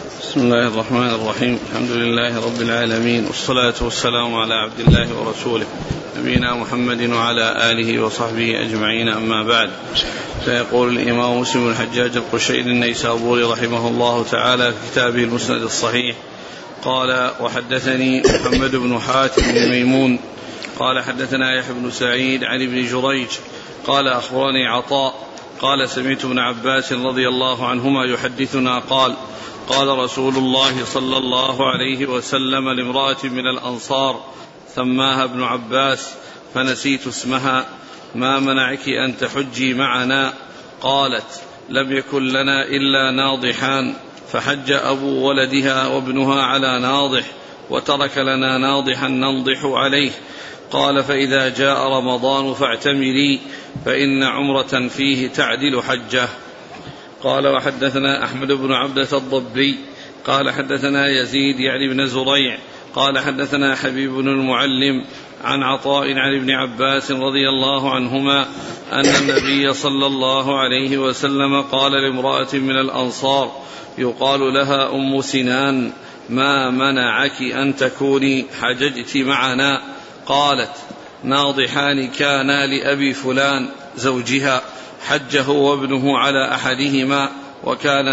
بسم الله الرحمن الرحيم. الحمد لله رب العالمين، والصلاة والسلام على عبد الله ورسوله نبينا محمد وعلى آله وصحبه أجمعين، أما بعد. فيقول الإمام مسلم الحجاج القشيري النيسابوري رحمه الله تعالى في كتابه المسند الصحيح قال: وحدثني محمد بن حاتم بن ميمون قال حدثنا يحيى بن سعيد عن ابن جريج قال أخبرني عطاء قال: سمعت ابن عباس رضي الله عنهما يحدثنا قال: قال رسول الله صلى الله عليه وسلم لامرأة من الأنصار سماها ابن عباس فنسيت اسمها: ما منعك أن تحجي معنا؟ قالت: لم يكن لنا إلا ناضحان، فحج أبو ولدها وابنها على ناضح، وترك لنا ناضحا ننضح عليه. قال: فإذا جاء رمضان فاعتمري، فإن عمرة فيه تعدل حجة. قال: وحدثنا أحمد بن عبدة الضبي قال حدثنا يزيد يعني بن زريع قال حدثنا حبيب بن المعلم عن عطاء عن ابن عباس رضي الله عنهما أن النبي صلى الله عليه وسلم قال لامرأة من الأنصار يقال لها أم سنان: ما منعك أن تكوني حججت معنا؟ قالت: ناضحان كانا لأبي فلان زوجها، حجه وابنه على أحدهما، وكان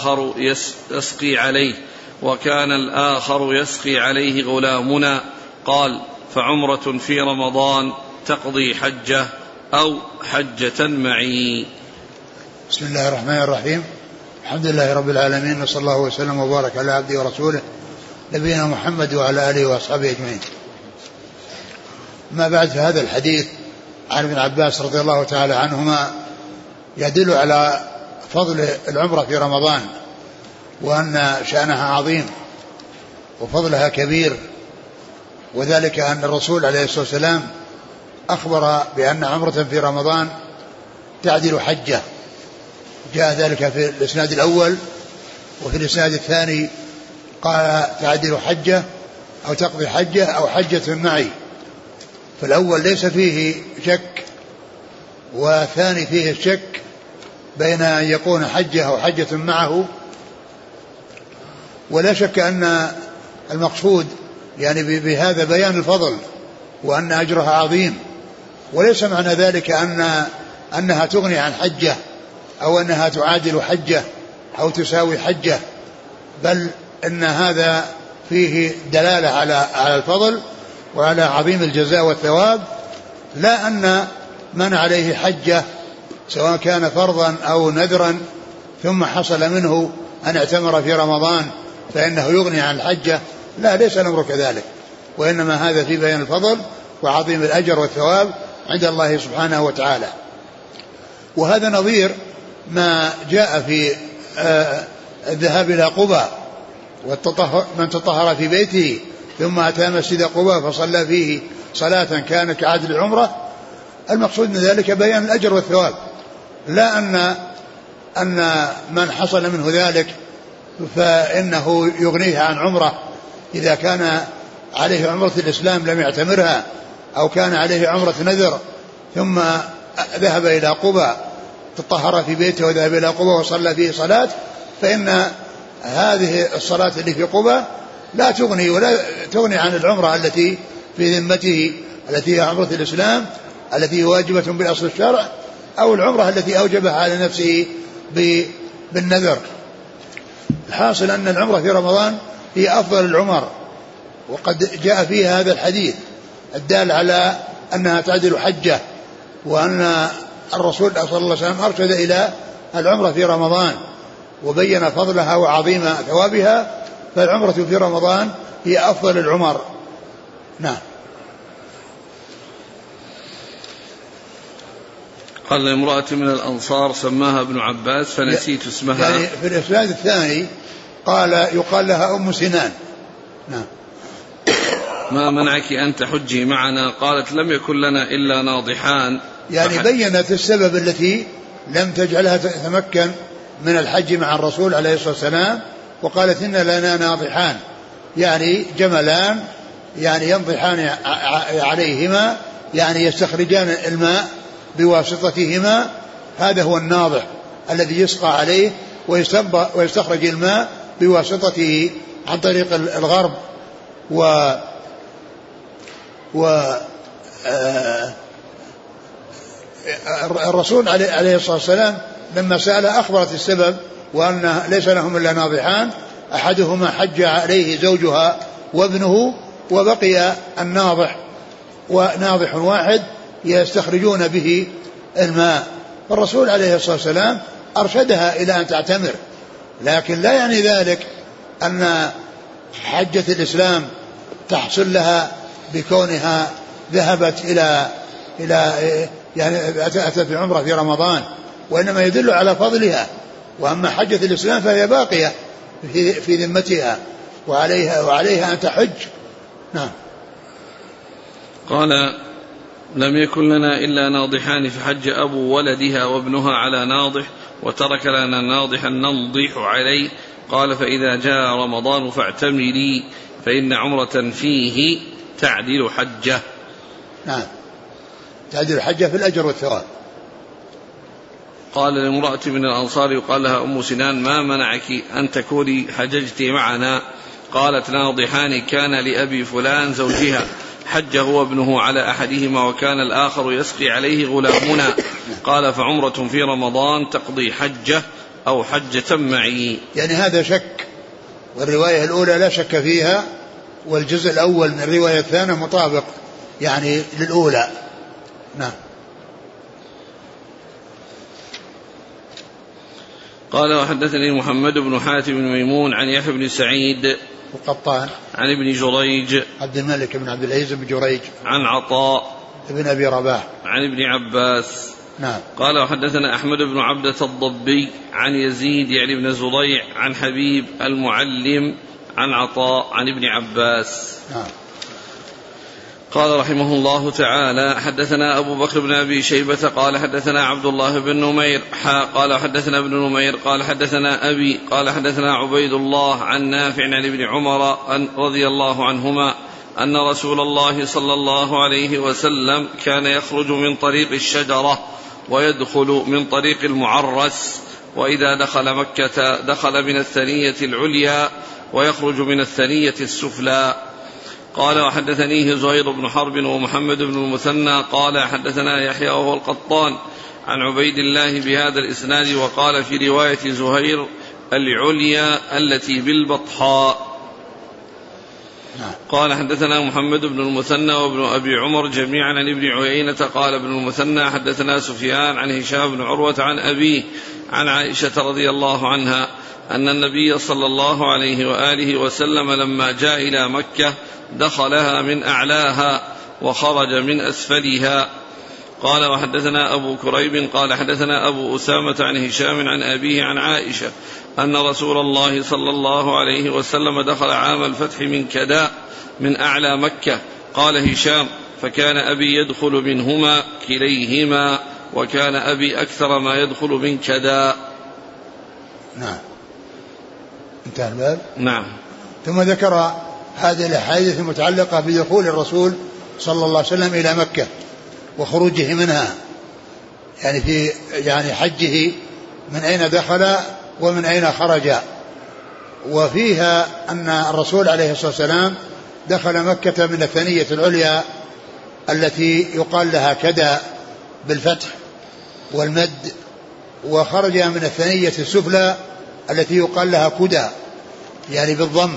الآخر يسقي عليه غلامنا. قال: فعمرة في رمضان تقضي حجة أو حجة معي. بسم الله الرحمن الرحيم. الحمد لله رب العالمين، وصلى الله وسلم وبارك على عبده ورسوله نبينا محمد وعلى آله وأصحابه أجمعين. ما بعد، فهذا الحديث عن ابن عباس رضي الله تعالى عنهما يدل على فضل العمرة في رمضان، وأن شأنها عظيم وفضلها كبير، وذلك أن الرسول عليه الصلاة والسلام أخبر بأن عمرة في رمضان تعدل حجة. جاء ذلك في الإسناد الأول، وفي الإسناد الثاني قال: تعدل حجة أو تقضي حجة أو حجة معي. فالأول ليس فيه شك، والثاني فيه الشك بين أن يكون حجة أو حجة معه. ولا شك أن المقصود يعني بهذا بيان الفضل وأن أجرها عظيم، وليس معنى ذلك أنها تغني عن حجة أو أنها تعادل حجة أو تساوي حجة، بل إن هذا فيه دلالة على الفضل وعلى عظيم الجزاء والثواب، لا أن من عليه حجة سواء كان فرضا أو نذرا ثم حصل منه أن اعتمر في رمضان فإنه يغني عن الحجة. لا، ليس الأمر كذلك، وإنما هذا في بيان الفضل وعظيم الأجر والثواب عند الله سبحانه وتعالى. وهذا نظير ما جاء في الذهاب إلى قباء، من تطهر في بيته ثم أتى مسجد قباء فصلى فيه صلاة كانت كعادل العمرة. المقصود من ذلك بيان الأجر والثواب، لا أن من حصل منه ذلك فإنه يغنيه عن عمره إذا كان عليه عمرة الإسلام لم يعتمرها، أو كان عليه عمرة نذر ثم ذهب إلى قباء، تطهر في بيته وذهب إلى قباء وصلى فيه صلاة، فإن هذه الصلاة اللي في قباء لا تغني ولا تغني عن العمرة التي في ذمته، التي هي عمرة الإسلام التي واجبة بأصل الشرع، أو العمرة التي أوجبها على نفسه بالنذر. الحاصل أن العمرة في رمضان هي أفضل العمر، وقد جاء فيها هذا الحديث الدال على أنها تعدل حجة، وأن الرسول صلى الله عليه وسلم أرشد إلى العمرة في رمضان وبين فضلها وعظيم ثوابها، فالعمرة في رمضان هي أفضل العمر. نعم. قال: لامرأة من الأنصار سماها ابن عباس فنسيت اسمها. يعني في الإسناد الثاني قال يقال لها أم سنان. نعم. ما منعك أن تحجي معنا؟ قالت: لم يكن لنا إلا ناضحان. يعني بينت السبب التي لم تجعلها تتمكن من الحج مع الرسول عليه الصلاة والسلام، وقالت: إن لنا ناضحان، يعني جملان يعني ينضحان عليهما، يعني يستخرجان الماء بواسطتهما. هذا هو الناضح الذي يسقى عليه ويستخرج الماء بواسطته عن طريق الغرب. الرسول عليه الصلاة والسلام لما سأل أخبرت السبب، وأن ليس لهم إلا ناضحان، أحدهما حج عليه زوجها وابنه، وبقي الناضح وناضح واحد يستخرجون به الماء. فالرسول عليه الصلاة والسلام أرشدها إلى أن تعتمر، لكن لا يعني ذلك أن حجة الإسلام تحصل لها بكونها ذهبت إلى يعني أتت بعمرة في رمضان، وإنما يدل على فضلها. وأما حجة الإسلام فهي باقية في ذمتها، وعليها أن تحج. نعم. قال: لم يكن لنا إلا ناضحان، فحج أبو ولدها وابنها على ناضح، وترك لنا ناضحا ننضح عليه. قال: فإذا جاء رمضان فاعتمري، فإن عمرة فيه تعدل حجة. نعم، تعدل حجة في الأجر والثواب. قال لامرأة من الأنصار يقال لها أم سنان: ما منعك أن تكوني حججت معنا؟ قالت: ناضحان كان لأبي فلان زوجها، حج هو ابنه على أحدهما، وكان الآخر يسقي عليه غلامنا. قال: فعمرة في رمضان تقضي حجة أو حجة معي. يعني هذا شك، والرواية الأولى لا شك فيها، والجزء الأول من الرواية الثانية مطابق يعني للأولى. نعم. قال: وحدثني محمد بن حاتم بن ميمون عن يحيى بن سعيد وقطان عن ابن جريج عبد الملك بن عبد العزيز بن جريج عن عطاء ابن أبي رباح عن ابن عباس. نعم. قال: وحدثنا أحمد بن عبدة الضبي عن يزيد يعني بن زريع عن حبيب المعلم عن عطاء عن ابن عباس. نعم. قال رحمه الله تعالى: حدثنا أبو بكر بن أبي شيبة قال حدثنا عبد الله بن نمير قال حدثنا ابن نمير قال حدثنا أبي قال حدثنا عبيد الله عن نافع عن ابن عمر رضي الله عنهما أن رسول الله صلى الله عليه وسلم كان يخرج من طريق الشجرة ويدخل من طريق المعرس، وإذا دخل مكة دخل من الثنية العليا ويخرج من الثنية السفلى. قال: وحدثنيه زهير بن حرب ومحمد بن المثنى قال حدثنا يحيى وهو القطان عن عبيد الله بهذا الإسناد، وقال في رواية زهير: العليا التي بالبطحاء. قال: حدثنا محمد بن المثنى وابن أبي عمر جميعا عن ابن عيينة قال ابن المثنى حدثنا سفيان عن هشام بن عروة عن أبيه عن عائشة رضي الله عنها أن النبي صلى الله عليه وآله وسلم لما جاء إلى مكة دخلها من أعلاها وخرج من أسفلها. قال: وحدثنا أبو كريب قال حدثنا أبو أسامة عن هشام عن أبيه عن عائشة أن رسول الله صلى الله عليه وسلم دخل عام الفتح من كداء من أعلى مكة. قال هشام: فكان أبي يدخل منهما كليهما، وكان أبي أكثر ما يدخل من كداء. نعم. انتهى الباب. نعم. ثم ذكر هذه الأحاديث المتعلقة بدخول الرسول صلى الله عليه وسلم إلى مكة وخروجه منها، يعني في حجه من أين دخل ومن أين خرج. وفيها أن الرسول عليه الصلاة والسلام دخل مكة من الثنية العليا التي يقال لها كدا بالفتح والمد، وخرج من الثنية السفلى التي يقال لها كدا يعني بالضم.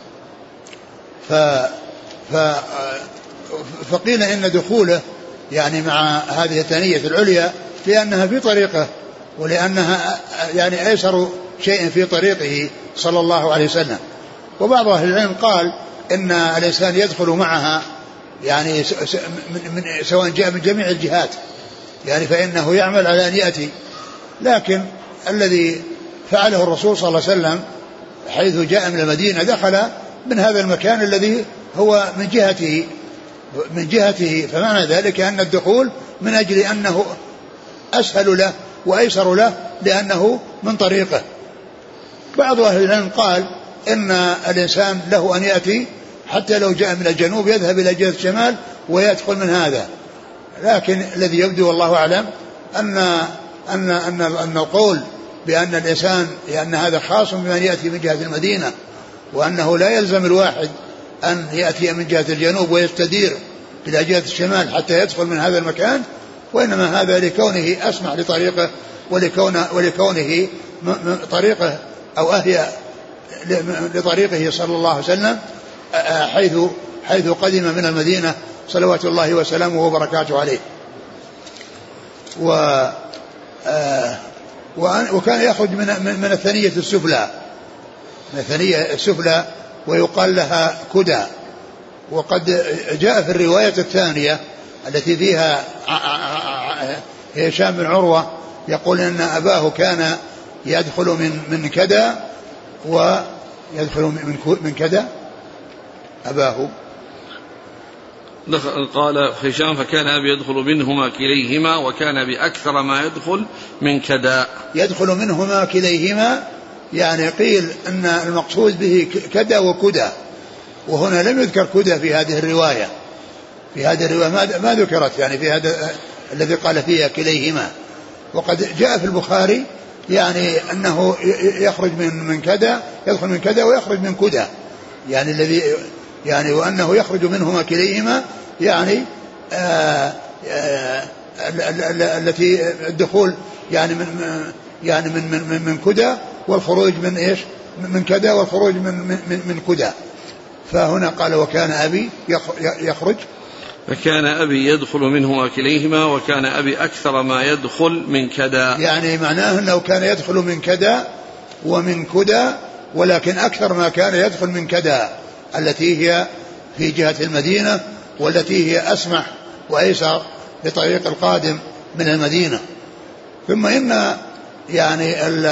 فقيل إن دخوله يعني مع هذه الثنية العليا لأنها في طريقه، ولأنها يعني أيسر شيء في طريقه صلى الله عليه وسلم. وبعض أهل العلم قال إن الإنسان يدخل معها يعني سواء جاء من جميع الجهات، يعني فإنه يعمل على أن يأتي. لكن الذي فعله الرسول صلى الله عليه وسلم حيث جاء من المدينة دخل من هذا المكان الذي هو من جهته، فمعنى ذلك أن الدخول من أجل أنه أسهل له وأيسر له لأنه من طريقه. بعض أهل العلم قال إن الإنسان له أن يأتي حتى لو جاء من الجنوب يذهب إلى جهة الشمال ويدخل من هذا، لكن الذي يبدو والله أعلم أن القول بأن الإنسان لأن هذا خاص بمن يأتي من جهة المدينة، وأنه لا يلزم الواحد أن يأتي من جهة الجنوب ويستدير إلى جهة الشمال حتى يدخل من هذا المكان، وإنما هذا لكونه أسمح لطريقه ولكونه طريقه أو أهيأ لطريقه صلى الله عليه وسلم حيث قدم من المدينة صلوات الله وسلامه وبركاته عليه. وكان يخرج من الثنية السفلى، من الثنية السفلى ويقال لها كدى. وقد جاء في الرواية الثانية التي فيها هشام بن عروة يقول أن أباه كان يدخل من كدى ويدخل من كدى أباه. قال هشام فكان أبي يدخل منهما كليهما وكان بأكثر ما يدخل من كدى. يدخل منهما كليهما يعني قيل أن المقصود به كدى وكدى، وهنا لم يذكر كدى في هذه الرواية. في هذه الرواية ما ذكرت يعني في هذا الذي قال فيها كليهما. وقد جاء في البخاري يعني أنه يخرج من كدى، يدخل من كدى ويخرج من كدى، يعني الذي يعني وأنه يخرج منهما كليهما يعني التي الدخول يعني من كدى والخروج من ايش؟ من كدى والخروج من كدى. فهنا قال وكان أبي يخرج، فكان أبي يدخل منهما كليهما وكان أبي أكثر ما يدخل من كدى، يعني معناه أنه كان يدخل من كدى ومن كدى، ولكن أكثر ما كان يدخل من كدى التي هي في جهة المدينة والتي هي أسمح وأيسر لطريق القادم من المدينة. ثم إن يعني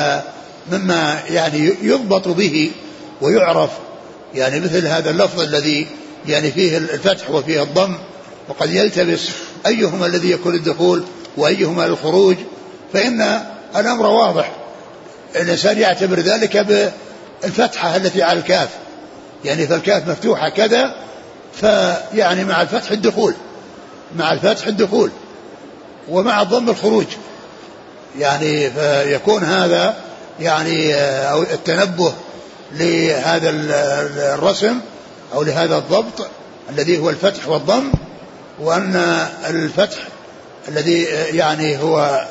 مما يعني يضبط به ويعرف يعني مثل هذا اللفظ الذي يعني فيه الفتح وفيه الضم، وقد يلتبس أيهما الذي يكون الدخول وأيهما الخروج، فإن الأمر واضح. الإنسان يعتبر ذلك بالفتحة التي على الكاف، يعني فالكاف مفتوحة كذا، فيعني مع الفتح الدخول، مع الفتح الدخول ومع الضم الخروج، يعني فيكون هذا يعني أو التنبه لهذا الرسم أو لهذا الضبط الذي هو الفتح والضم، وأن الفتح الذي يعني هو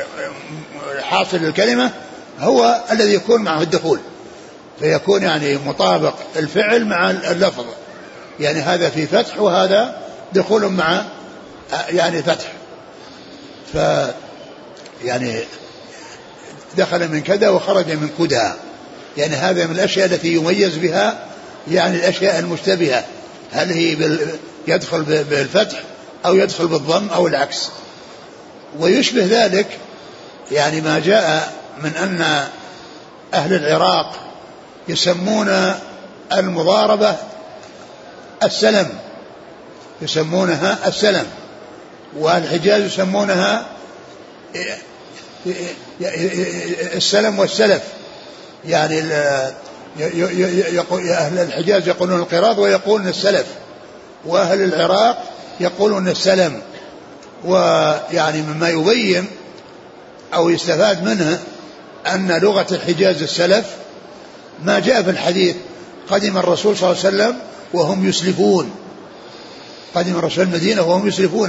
حاصل الكلمة هو الذي يكون معه الدخول، فيكون يعني مطابق الفعل مع اللفظ، يعني هذا في فتح وهذا دخول مع يعني فتح. ف يعني دخل من كذا وخرج من كدى، يعني هذا من الأشياء التي يميز بها يعني الأشياء المشتبهة، هل هي يدخل بالفتح أو يدخل بالضم أو العكس. ويشبه ذلك يعني ما جاء من أن أهل العراق يسمون المضاربة السلم، يسمونها السلم، والحجاز يسمونها السلم والسلف، يعني أهل الحجاز يقولون القراض ويقولون السلف، وأهل العراق يقولون السلم. ويعني مما يبين أو يستفاد منه أن لغة الحجاز السلف ما جاء في الحديث قدم الرسول صلى الله عليه وسلم وهم يسلفون، قدم الرسول المدينة وهم يسلفون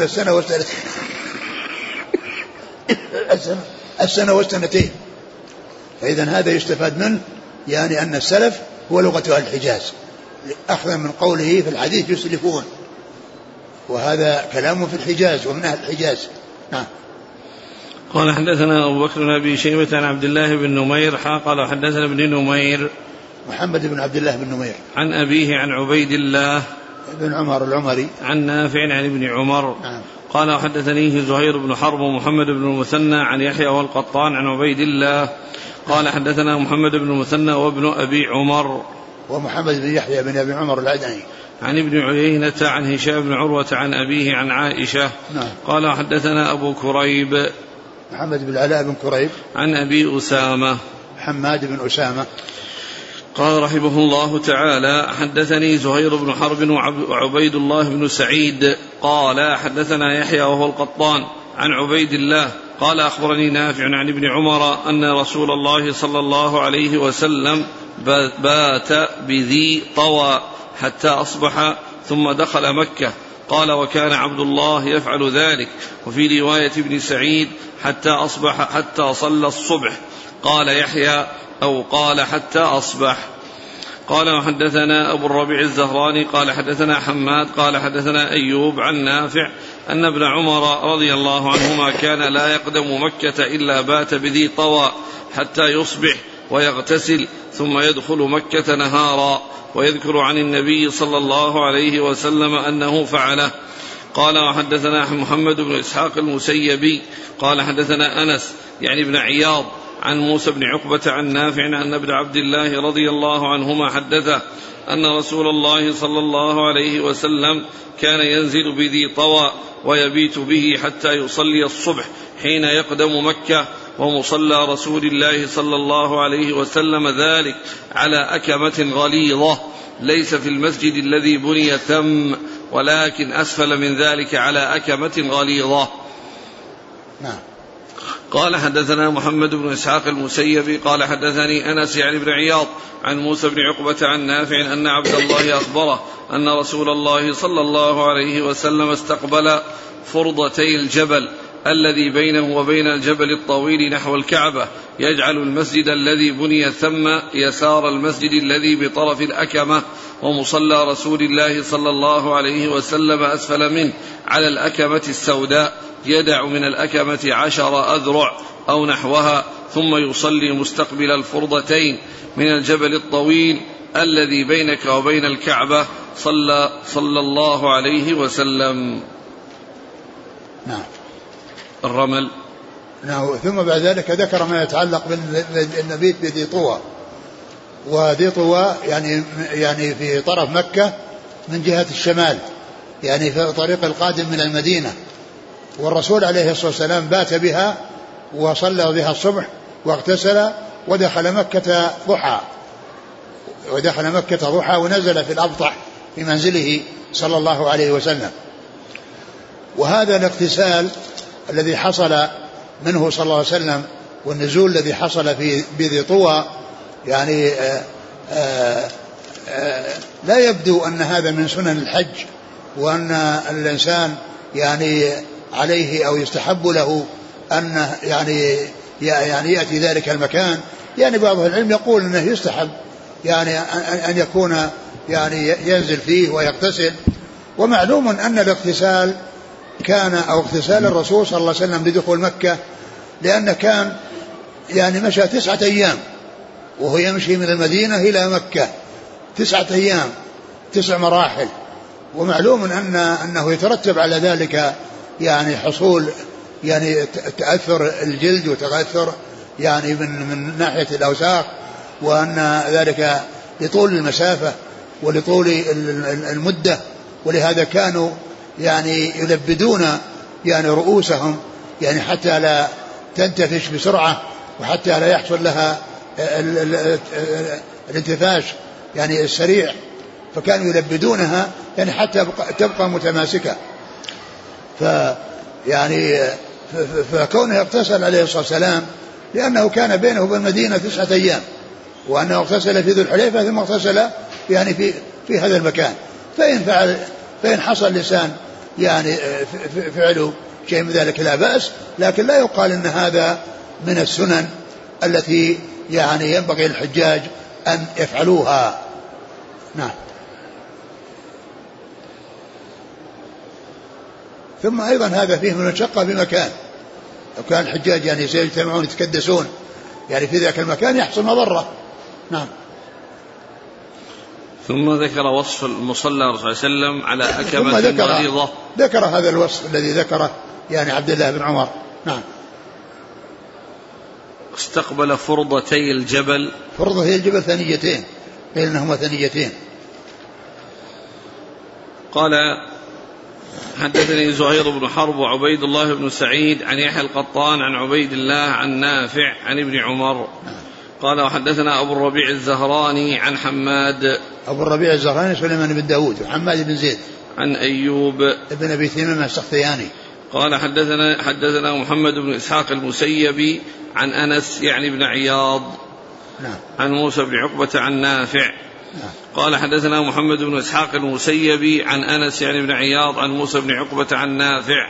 السنة والسنتين. فإذا هذا يستفاد منه يعني أن السلف هو لغة أهل الحجاز، أخذا من قوله في الحديث يسلفون، وهذا كلام في الحجاز ومن أهل الحجاز. نعم. قال حدثنا أبو بكر بن أبي شيبة عن عبد الله بن نمير قال حدثنا ابن نمير محمد بن عبد الله بن نمير عن أبيه عن عبيد الله بن عمر العمري عن نافع عن ابن عمر. نعم. قال حدثنيه زهير بن حرب ومحمد بن المثنى عن يحيى والقطان عن عبيد الله قال حدثنا محمد بن المثنى وابن أبي عمر ومحمد بن يحيى بن أبي عمر العدني عن ابن عيينة عن هشام بن عروة عن أبيه عن عائشة. نعم. قال حدثنا أبو كريب محمد بن العلاء بن كريب عن أبي أسامة حماد بن أسامة قال رحمه الله تعالى حدثني زهير بن حرب وعبيد الله بن سعيد قال حدثنا يحيى وهو القطان عن عبيد الله قال أخبرني نافع عن ابن عمر أن رسول الله صلى الله عليه وسلم بات بذي طوى حتى أصبح ثم دخل مكة. قال وكان عبد الله يفعل ذلك. وفي رواية ابن سعيد حتى أصبح حتى صلى الصبح. قال يحيى أو قال حتى أصبح. قال وحدثنا أبو الربيع الزهراني قال حدثنا حماد قال حدثنا أيوب عن نافع أن ابن عمر رضي الله عنهما كان لا يقدم مكة إلا بات بذي طوى حتى يصبح ويغتسل ثم يدخل مكة نهارا، ويذكر عن النبي صلى الله عليه وسلم أنه فعله. قال وحدثنا محمد بن إسحاق المسيبي قال حدثنا أنس يعني ابن عياض عن موسى بن عقبة عن نافع أن ابن عبد الله رضي الله عنهما حدثه أن رسول الله صلى الله عليه وسلم كان ينزل بذي طوى ويبيت به حتى يصلي الصبح حين يقدم مكة، ومصلى رسول الله صلى الله عليه وسلم ذلك على أكمة غليظة ليس في المسجد الذي بني ثم ولكن أسفل من ذلك على أكمة غليظة. نعم. قال حدثنا محمد بن إسحاق المسيبي قال حدثني أنس يعني بن عياض عن موسى بن عقبة عن نافع أن عبد الله أخبره أن رسول الله صلى الله عليه وسلم استقبل فرضتي الجبل الذي بينه وبين الجبل الطويل نحو الكعبة، يجعل المسجد الذي بني ثم يسار المسجد الذي بطرف الأكمة، ومصلى رسول الله صلى الله عليه وسلم أسفل منه على الأكمة السوداء، يدع من الأكمة 10 أذرع أو نحوها، ثم يصلي مستقبل الفرضتين من الجبل الطويل الذي بينك وبين الكعبة صلى الله عليه وسلم. نعم. الرمل. نعم. ثم بعد ذلك ذكر ما يتعلق بالمبيت بذي طوى، وذي طوى يعني في طرف مكة من جهة الشمال، يعني في طريق القادم من المدينة، والرسول عليه الصلاة والسلام بات بها وصلى بها الصبح واغتسل ودخل مكة ضحى ونزل في الأبطح في منزله صلى الله عليه وسلم. وهذا الاغتسال الذي حصل منه صلى الله عليه وسلم والنزول الذي حصل في بذي طوى يعني لا يبدو أن هذا من سنن الحج، وأن الإنسان يعني عليه أو يستحب له أن يعني يأتي ذلك المكان. يعني بعض العلم يقول أنه يستحب يعني أن يكون يعني ينزل فيه ويغتسل. ومعلوم أن الاغتسال كان أو اغتسال الرسول صلى الله عليه وسلم بدخول مكة، لأنه كان يعني مشى 9 أيام وهو يمشي من المدينة إلى مكة 9 أيام 9 مراحل. ومعلوم أنه يترتب على ذلك يعني حصول يعني تأثر الجلد وتأثر يعني من ناحية الأوساخ، وأن ذلك لطول المسافة ولطول المدة، ولهذا كانوا يعني يلبدون يعني رؤوسهم يعني حتى لا تنتفش بسرعة وحتى لا يحصل لها الانتفاش يعني السريع، فكانوا يلبدونها يعني حتى تبقى متماسكة. فكونه اغتسل عليه الصلاة والسلام لأنه كان بينه وبين المدينة 9 أيام، وأنه اغتسل في ذو الحليفة ثم اغتسل يعني في هذا المكان، فإن حصل لسان يعني فعله شيء من ذلك لا بأس، لكن لا يقال إن هذا من السنن التي يعني ينبغي للحجاج أن يفعلوها. نعم. ثم أيضا هذا فيه من المشقة بمكان، لو كان الحجاج يعني سيجتمعون يتكدسون يعني في ذاك المكان يحصل مضرة. نعم. ثم ذكر وصف المصلى صلى الله عليه وسلم على أكمة غليظة، ذكر هذا الوصف الذي ذكره يعني عبد الله بن عمر. نعم. استقبل فرضتي الجبل. فرضتي الجبل ثنيتين، بينهما ثنيتين. قال حدثني زهير بن حرب وعبيد الله بن سعيد عن يحيى القطان عن عبيد الله عن نافع عن ابن عمر. قال وحدثنا أبو الربيع الزهراني عن حماد. أبو الربيع الزهراني سليمان بن داود وحماد بن زيد. عن أيوب ابن أبي تميم السختياني. قال حدثنا محمد بن إسحاق المسيبي عن أنس يعني بن عياض عن موسى بن عقبة عن نافع. قال حدثنا محمد بن إسحاق المسيبي عن أنس يعني بن عياض عن موسى بن عقبة عن نافع.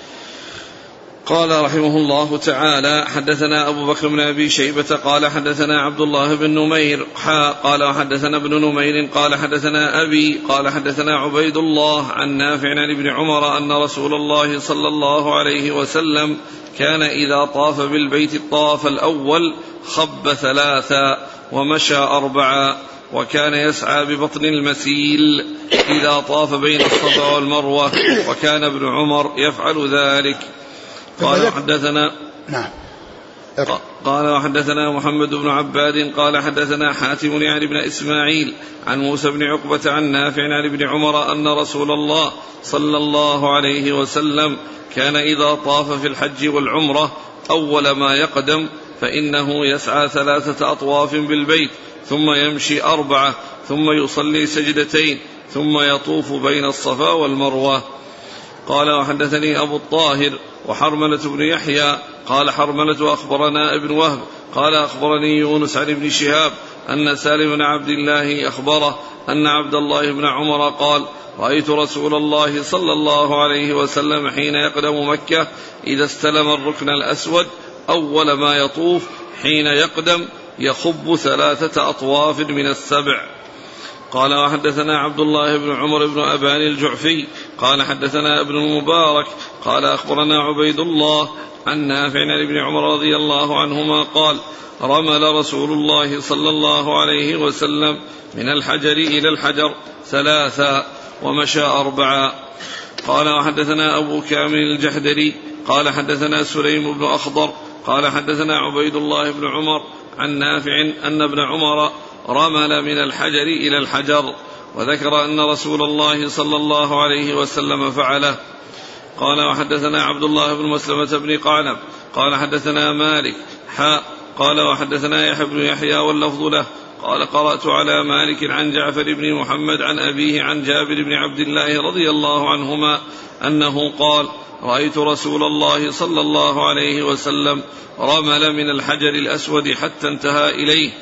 قال رحمه الله تعالى حدثنا أبو بكر بن أبي شيبة قال حدثنا عبد الله بن نمير قال حدثنا ابن نمير قال حدثنا أبي قال حدثنا عبيد الله عن نافع عن ابن عمر أن رسول الله صلى الله عليه وسلم كان إذا طاف بالبيت الطواف الأول خب 3 ومشى 4 وكان يسعى ببطن المسيل إذا طاف بين الصفا والمروة وكان ابن عمر يفعل ذلك. قال وحدثنا محمد بن عباد قال حدثنا حاتم يعني بن إسماعيل عن موسى بن عقبة عن نافع عن ابن عمر أن رسول الله صلى الله عليه وسلم كان إذا طاف في الحج والعمرة أول ما يقدم فإنه يسعى 3 أطواف بالبيت ثم يمشي 4 ثم يصلي سجدتين ثم يطوف بين الصفا والمروة. قال وحدثني أبو الطاهر وحرملة بن يحيى قال حرملة أخبرنا ابن وهب قال أخبرني يونس عن ابن شهاب أن سالم بن عبد الله أخبره أن عبد الله بن عمر قال رأيت رسول الله صلى الله عليه وسلم حين يقدم مكة إذا استلم الركن الأسود أول ما يطوف حين يقدم يخب 3 أطواف من 7. قال وحدثنا عبد الله بن عمر بن أبان الجعفي قال حدثنا ابن المبارك قال أخبرنا عبيد الله عن نافع عن ابن عمر رضي الله عنهما قال رمل رسول الله صلى الله عليه وسلم من الحجر إلى الحجر 3 ومشى 4. قال وحدثنا أبو كامل الجحدري قال حدثنا سليم بن أخضر قال حدثنا عبيد الله بن عمر عن نافع أن ابن عمر رمل من الحجر إلى الحجر وذكر أن رسول الله صلى الله عليه وسلم فعله. قال وحدثنا عبد الله بن مسلمة بن قعنب قال حدثنا مالك قال وحدثنا يحيى بن يحيى واللفظ له قال قرأت على مالك عن جعفر بن محمد عن أبيه عن جابر بن عبد الله رضي الله عنهما أنه قال رأيت رسول الله صلى الله عليه وسلم رمل من الحجر الأسود حتى انتهى إليه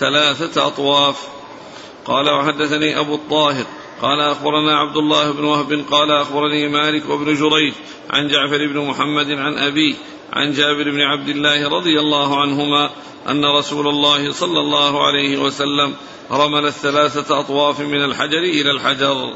3 أطواف. قال وحدثني أبو الطاهر قال أخبرنا عبد الله بن وهب قال أخبرني مالك وابن جريج عن جعفر بن محمد عن أبيه عن جابر بن عبد الله رضي الله عنهما أن رسول الله صلى الله عليه وسلم رمل 3 أطواف من الحجر إلى الحجر.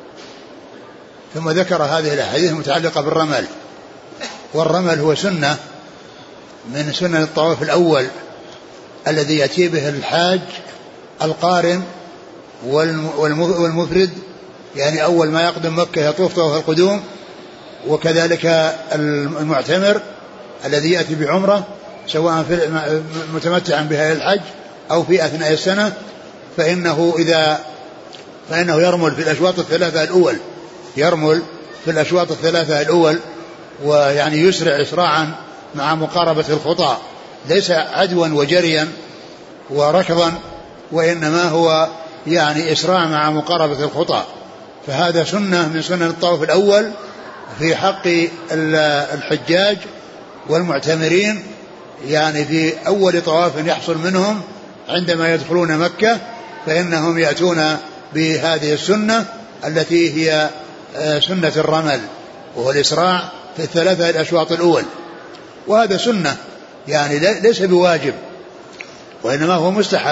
ثم ذكر هذه الأحاديث المتعلقة بالرمل. والرمل هو سنة من سنن الطواف الأول الذي يأتي به الحاج القارن والمفرد، يعني أول ما يقدم مكة يطوف طواف القدوم، وكذلك المعتمر الذي يأتي بعمرة سواء متمتعا بها الحج أو في أثناء السنة، فإنه يرمل في الأشواط الثلاثة الأول، يرمل في الأشواط الثلاثة الأول، ويعني يسرع إسراعا مع مقاربة الخطى، ليس عدوا وجريا وركضا، وإنما هو يعني إسراع مع مقاربة الخطى. فهذا سنة من سنن الطواف الأول في حق الحجاج والمعتمرين، يعني في أول طواف يحصل منهم عندما يدخلون مكة، فإنهم يأتون بهذه السنة التي هي سنة الرمل، وهو الإسراع في الثلاثة الأشواط الأول. وهذا سنة يعني ليس بواجب، وإنما هو مستحب،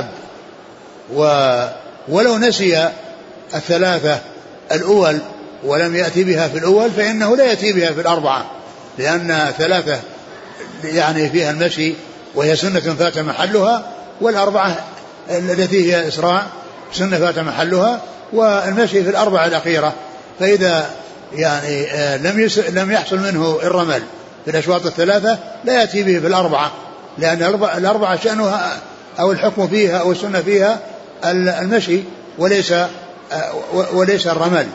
ولو نسي الثلاثة الأول ولم يأتي بها في الأول فإنه لا يأتي بها في الأربعة، لأن 3 يعني فيها المشي وهي سنة فات محلها، والأربعة التي هي إسراع سنة فات محلها، والمشي في الأربعة الأخيرة. فإذا يعني لم يحصل منه الرمل في الأشواط الثلاثة لا يأتي به في الأربعة، لأن الأربعة شأنها أو الحكم فيها أو السنة فيها المشي وليس الرمل.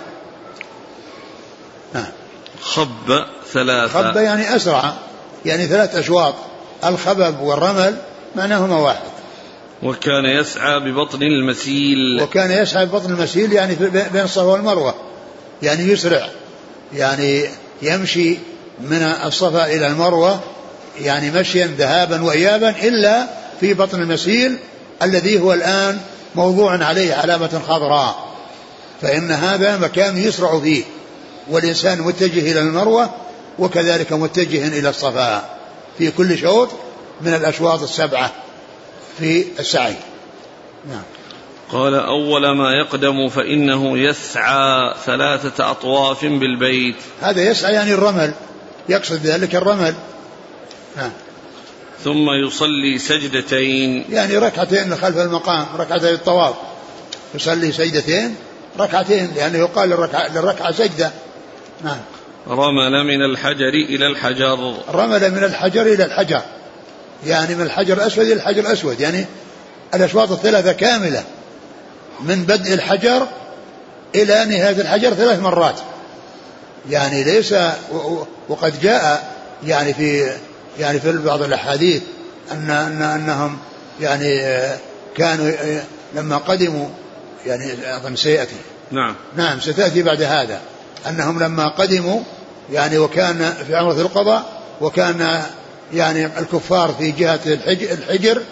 خب 3، خب يعني أسرع، يعني 3 أشواط، الخبب والرمل معناهما واحد. وكان يسعى ببطن المسيل، وكان يسعى ببطن المسيل يعني بين الصفا والمروة، يعني يسرع، يعني يمشي من الصفا إلى المروة يعني مشيا ذهابا وإيابا إلا في بطن المسيل الذي هو الآن موضوع عليه علامة خضراء، فإن هذا مكان يسرع فيه، والإنسان متجه إلى المروة وكذلك متجه إلى الصفا في كل شوط من الأشواط 7 في السعي. نعم. قال أول ما يقدم فإنه يسعى 3 أطواف بالبيت. هذا يسعى يعني الرمل، يقصد ذلك الرمل. نعم. ثم يصلي سجدتين يعني ركعتين خلف المقام، ركعتين الطواف، يصلي سجدتين ركعتين لأنه يقال للركعة سجدة. نعم. رمل من الحجر إلى الحجر. رمل من الحجر إلى الحجر يعني من الحجر الأسود إلى الحجر الأسود، يعني الأشواط 3 كاملة من بدء الحجر إلى نهاية الحجر 3 مرات، يعني ليس. وقد جاء يعني في بعض الأحاديث أنهم يعني كانوا لما قدموا، يعني أظن سيأتي. نعم ستأتي بعد هذا، أنهم لما قدموا يعني وكان في عمرة القضاء وكان يعني الكفار في جهة الحجر،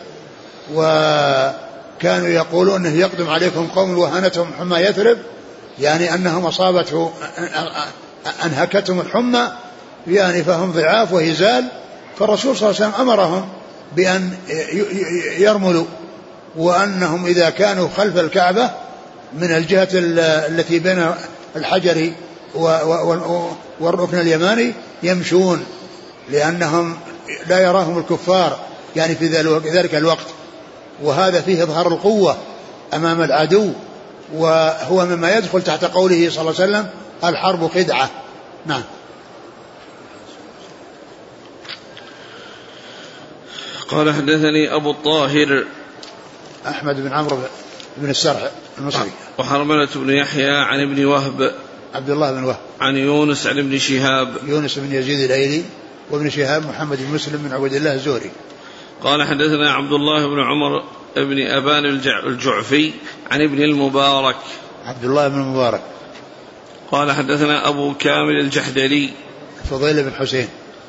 وكانوا يقولون أنه يقدم عليكم قوم وهنتهم حمى يثرب، يعني أنهم أصابته أنهكتهم الحمى يعني فهم ضعاف وهزال، فالرسول صلى الله عليه وسلم أمرهم بأن يرملوا، وأنهم إذا كانوا خلف الكعبة من الجهة التي بين الحجر والركن اليماني يمشون، لأنهم لا يراهم الكفار يعني في ذلك الوقت، وهذا فيه إظهار القوة أمام العدو، وهو مما يدخل تحت قوله صلى الله عليه وسلم الحرب خدعة. نعم. قال حدثني أبو الطاهر أحمد بن عمرو بن السرح المصري، وحرملة بن يحيى عن ابن وهب عبد الله بن وهب، عن يونس عن ابن شهاب يونس بن يزيد الأيلي، وابن شهاب محمد بن مسلم بن عبد الله الزهري. قال حدثنا عبد الله بن عمر بن أبان الجعفي عن ابن المبارك عبد الله بن المبارك. قال حدثنا أبو كامل الجحدري فضيل بن حسين.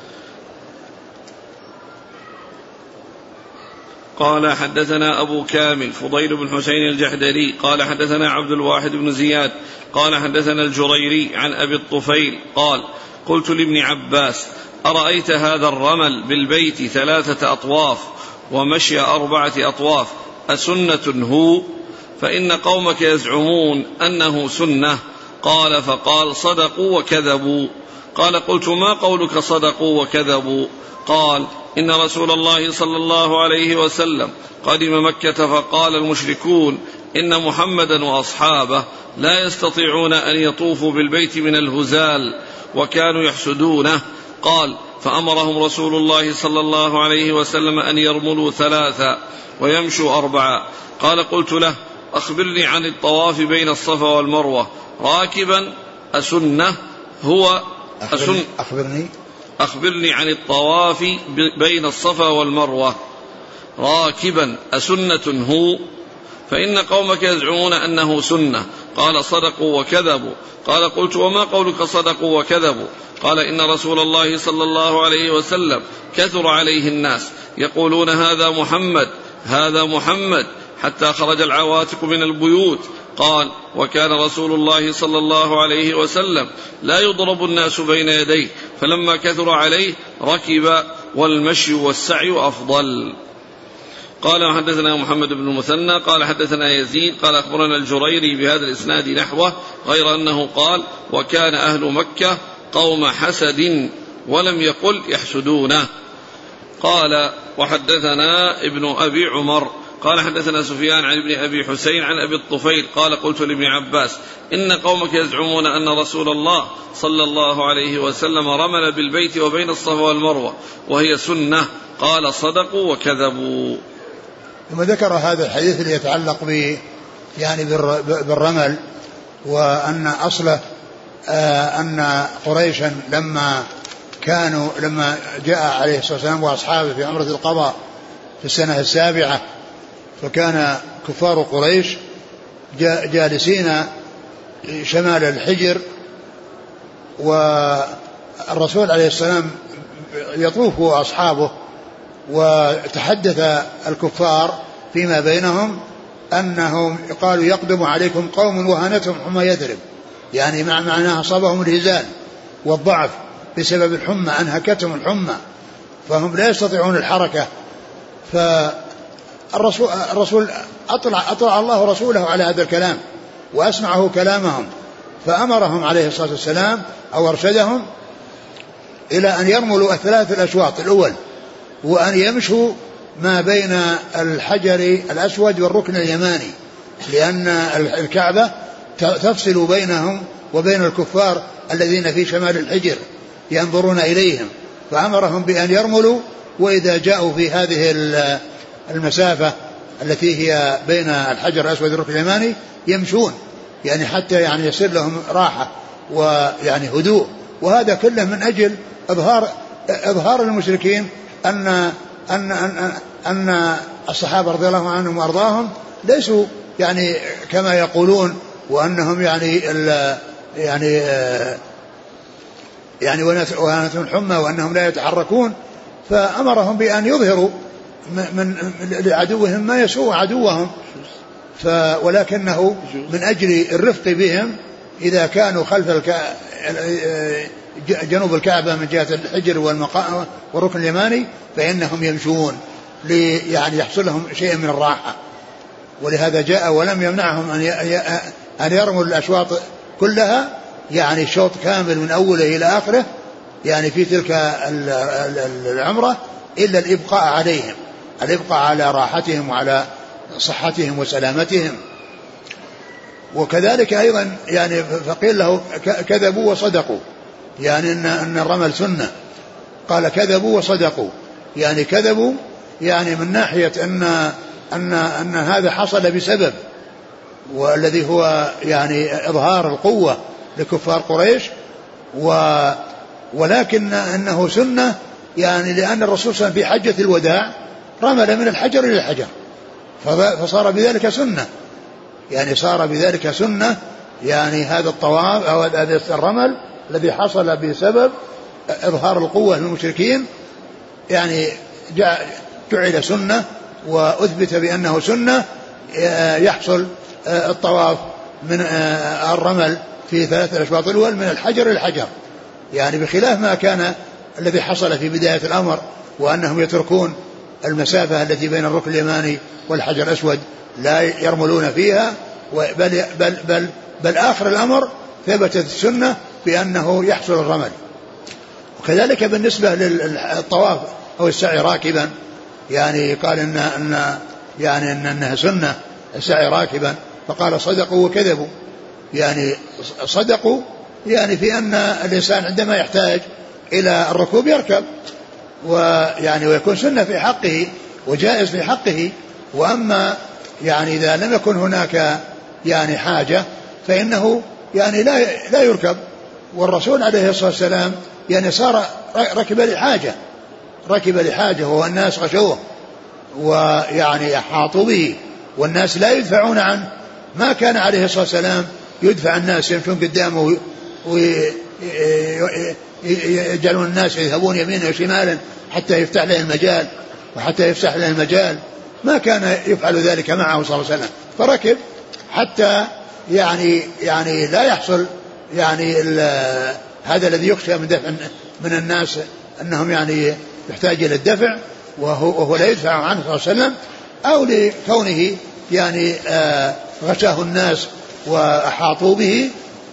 قال حدثنا أبو كامل فضيل بن حسين الجحدري قال حدثنا عبد الواحد بن زياد قال حدثنا الجريري عن أبي الطفيل قال قلت لابن عباس أرأيت هذا الرمل بالبيت 3 أطواف ومشي 4 أطواف أسنة هو؟ فإن قومك يزعمون أنه سنة. قال فقال صدقوا وكذبوا. قال قلت ما قولك صدقوا وكذبوا؟ قال إن رسول الله صلى الله عليه وسلم قدم مكة فقال المشركون إن محمدا وأصحابه لا يستطيعون أن يطوفوا بالبيت من الهزال وكانوا يحسدونه. قال فأمرهم رسول الله صلى الله عليه وسلم أن يرملوا 3 ويمشوا 4. قال قلت له أخبرني عن الطواف بين الصفا والمروة راكبا أسنة هو؟ أخبرني عن الطواف بين الصفا والمروة راكبا أسنة هو؟ فإن قومك يزعمون أنه سنة. قال صدقوا وكذبوا. قال قلت وما قولك صدقوا وكذبوا؟ قال إن رسول الله صلى الله عليه وسلم كثر عليه الناس يقولون هذا محمد هذا محمد حتى خرج العواتق من البيوت. قال وكان رسول الله صلى الله عليه وسلم لا يضرب الناس بين يديه، فلما كثر عليه ركب، والمشي والسعي أفضل. قال حدثنا محمد بن المثنى قال حدثنا يزيد قال أخبرنا الجريري بهذا الإسناد نحوه، غير أنه قال وكان أهل مكة قوم حسد ولم يقل يحسدونه. قال وحدثنا ابن أبي عمر قال حدثنا سفيان عن ابن أبي حسين عن أبي الطفيل قال قلت لابن عباس إن قومك يزعمون أن رسول الله صلى الله عليه وسلم رمل بالبيت وبين الصفا والمروة وهي سنة. قال صدقوا وكذبوا. ثم ذكر هذا الحديث اللي يتعلق يعني بالرمل، وأن أصله أن قريشا لما جاء عليه الصلاة والسلام وأصحابه في عمرة القضاء في السنة 7، فكان كفار قريش جالسين شمال الحجر الرسول عليه السلام يطوف وأصحابه، وتحدث الكفار فيما بينهم أنهم قالوا يقدم عليكم قوم وهنتهم حمى يثرب، يعني معناها أصابهم الهزال والضعف بسبب الحمى، أنهكتهم الحمى فهم لا يستطيعون الحركة. فالرسول أطلع الله رسوله على هذا الكلام وأسمعه كلامهم، فأمرهم عليه الصلاة والسلام أو أرشدهم إلى أن يرملوا الثلاث الأشواط الأول، وأن يمشوا ما بين الحجر الأسود والركن اليماني، لأن الكعبة تفصل بينهم وبين الكفار الذين في شمال الحجر ينظرون إليهم، فأمرهم بأن يرملوا، وإذا جاءوا في هذه المسافة التي هي بين الحجر الأسود والركن اليماني يمشون، يعني حتى يعني يصير لهم راحة ويعني هدوء. وهذا كله من أجل إظهار المشركين أن الصحابة رضي الله عنهم وأرضاهم ليسوا يعني كما يقولون، وأنهم يعني وهنتهم الحمى وأنهم لا يتحركون. فأمرهم بأن يظهروا من لعدوهم ما يسوء عدوهم، ولكنه من أجل الرفق بهم إذا كانوا خلف جنوب الكعبة من جهة الحجر والركن اليماني فإنهم يمشون يعني يحصل لهم شيء من الراحة. ولهذا جاء ولم يمنعهم أن يرموا الأشواط كلها، يعني الشوط كامل من أوله إلى آخره يعني في تلك العمرة، إلا الإبقاء عليهم، الإبقاء على راحتهم وعلى صحتهم وسلامتهم. وكذلك أيضا يعني فقيل له كذبوا وصدقوا، يعني أن الرمل سنة، قال كذبوا وصدقوا، يعني كذبوا يعني من ناحية أن هذا حصل بسبب، والذي هو يعني إظهار القوة لكفار قريش، ولكن أنه سنة يعني لأن الرسول صلى الله عليه وسلم في حجة الوداع رمل من الحجر إلى الحجر، فصار بذلك سنة، يعني صار بذلك سنة، يعني هذا الطواف أو هذا الرمل الذي حصل بسبب إظهار القوة للمشركين يعني جعل سنة، وأثبت بأنه سنة يحصل الطواف من الرمل في ثلاث الأشواط الأول من الحجر إلى الحجر، يعني بخلاف ما كان الذي حصل في بداية الأمر، وأنهم يتركون المسافة التي بين الركن اليماني والحجر الأسود لا يرملون فيها، بل آخر الأمر ثبتت السنة بأنه يحصل الرمل. وكذلك بالنسبة للطواف أو السعي راكبا، يعني قال إنها سنة السعي راكبا، فقال صدقوا وكذبوا، يعني صدقوا يعني في أن الإنسان عندما يحتاج إلى الركوب يركب، ويعني ويكون سنة في حقه وجائز في حقه. وأما يعني إذا لم يكن هناك يعني حاجة فإنه يعني لا يركب. والرسول عليه الصلاة والسلام يعني صار ركب لحاجة والناس غشوه ويعني أحاطوا به، والناس لا يدفعون عنه، ما كان عليه الصلاة والسلام يدفع الناس يمشون قدامه ويجعلون الناس يذهبون يمينا وشمالا حتى يفتح له المجال وحتى يفسح له المجال، ما كان يفعل ذلك معه صلى الله عليه وسلم، فركب حتى يعني لا يحصل يعني هذا الذي يخشى من دفع من الناس أنهم يعني يحتاج إلى الدفع وهو لا يدفع عنه صلى الله عليه وسلم، أو لكونه يعني غشاه الناس وأحاطوا به،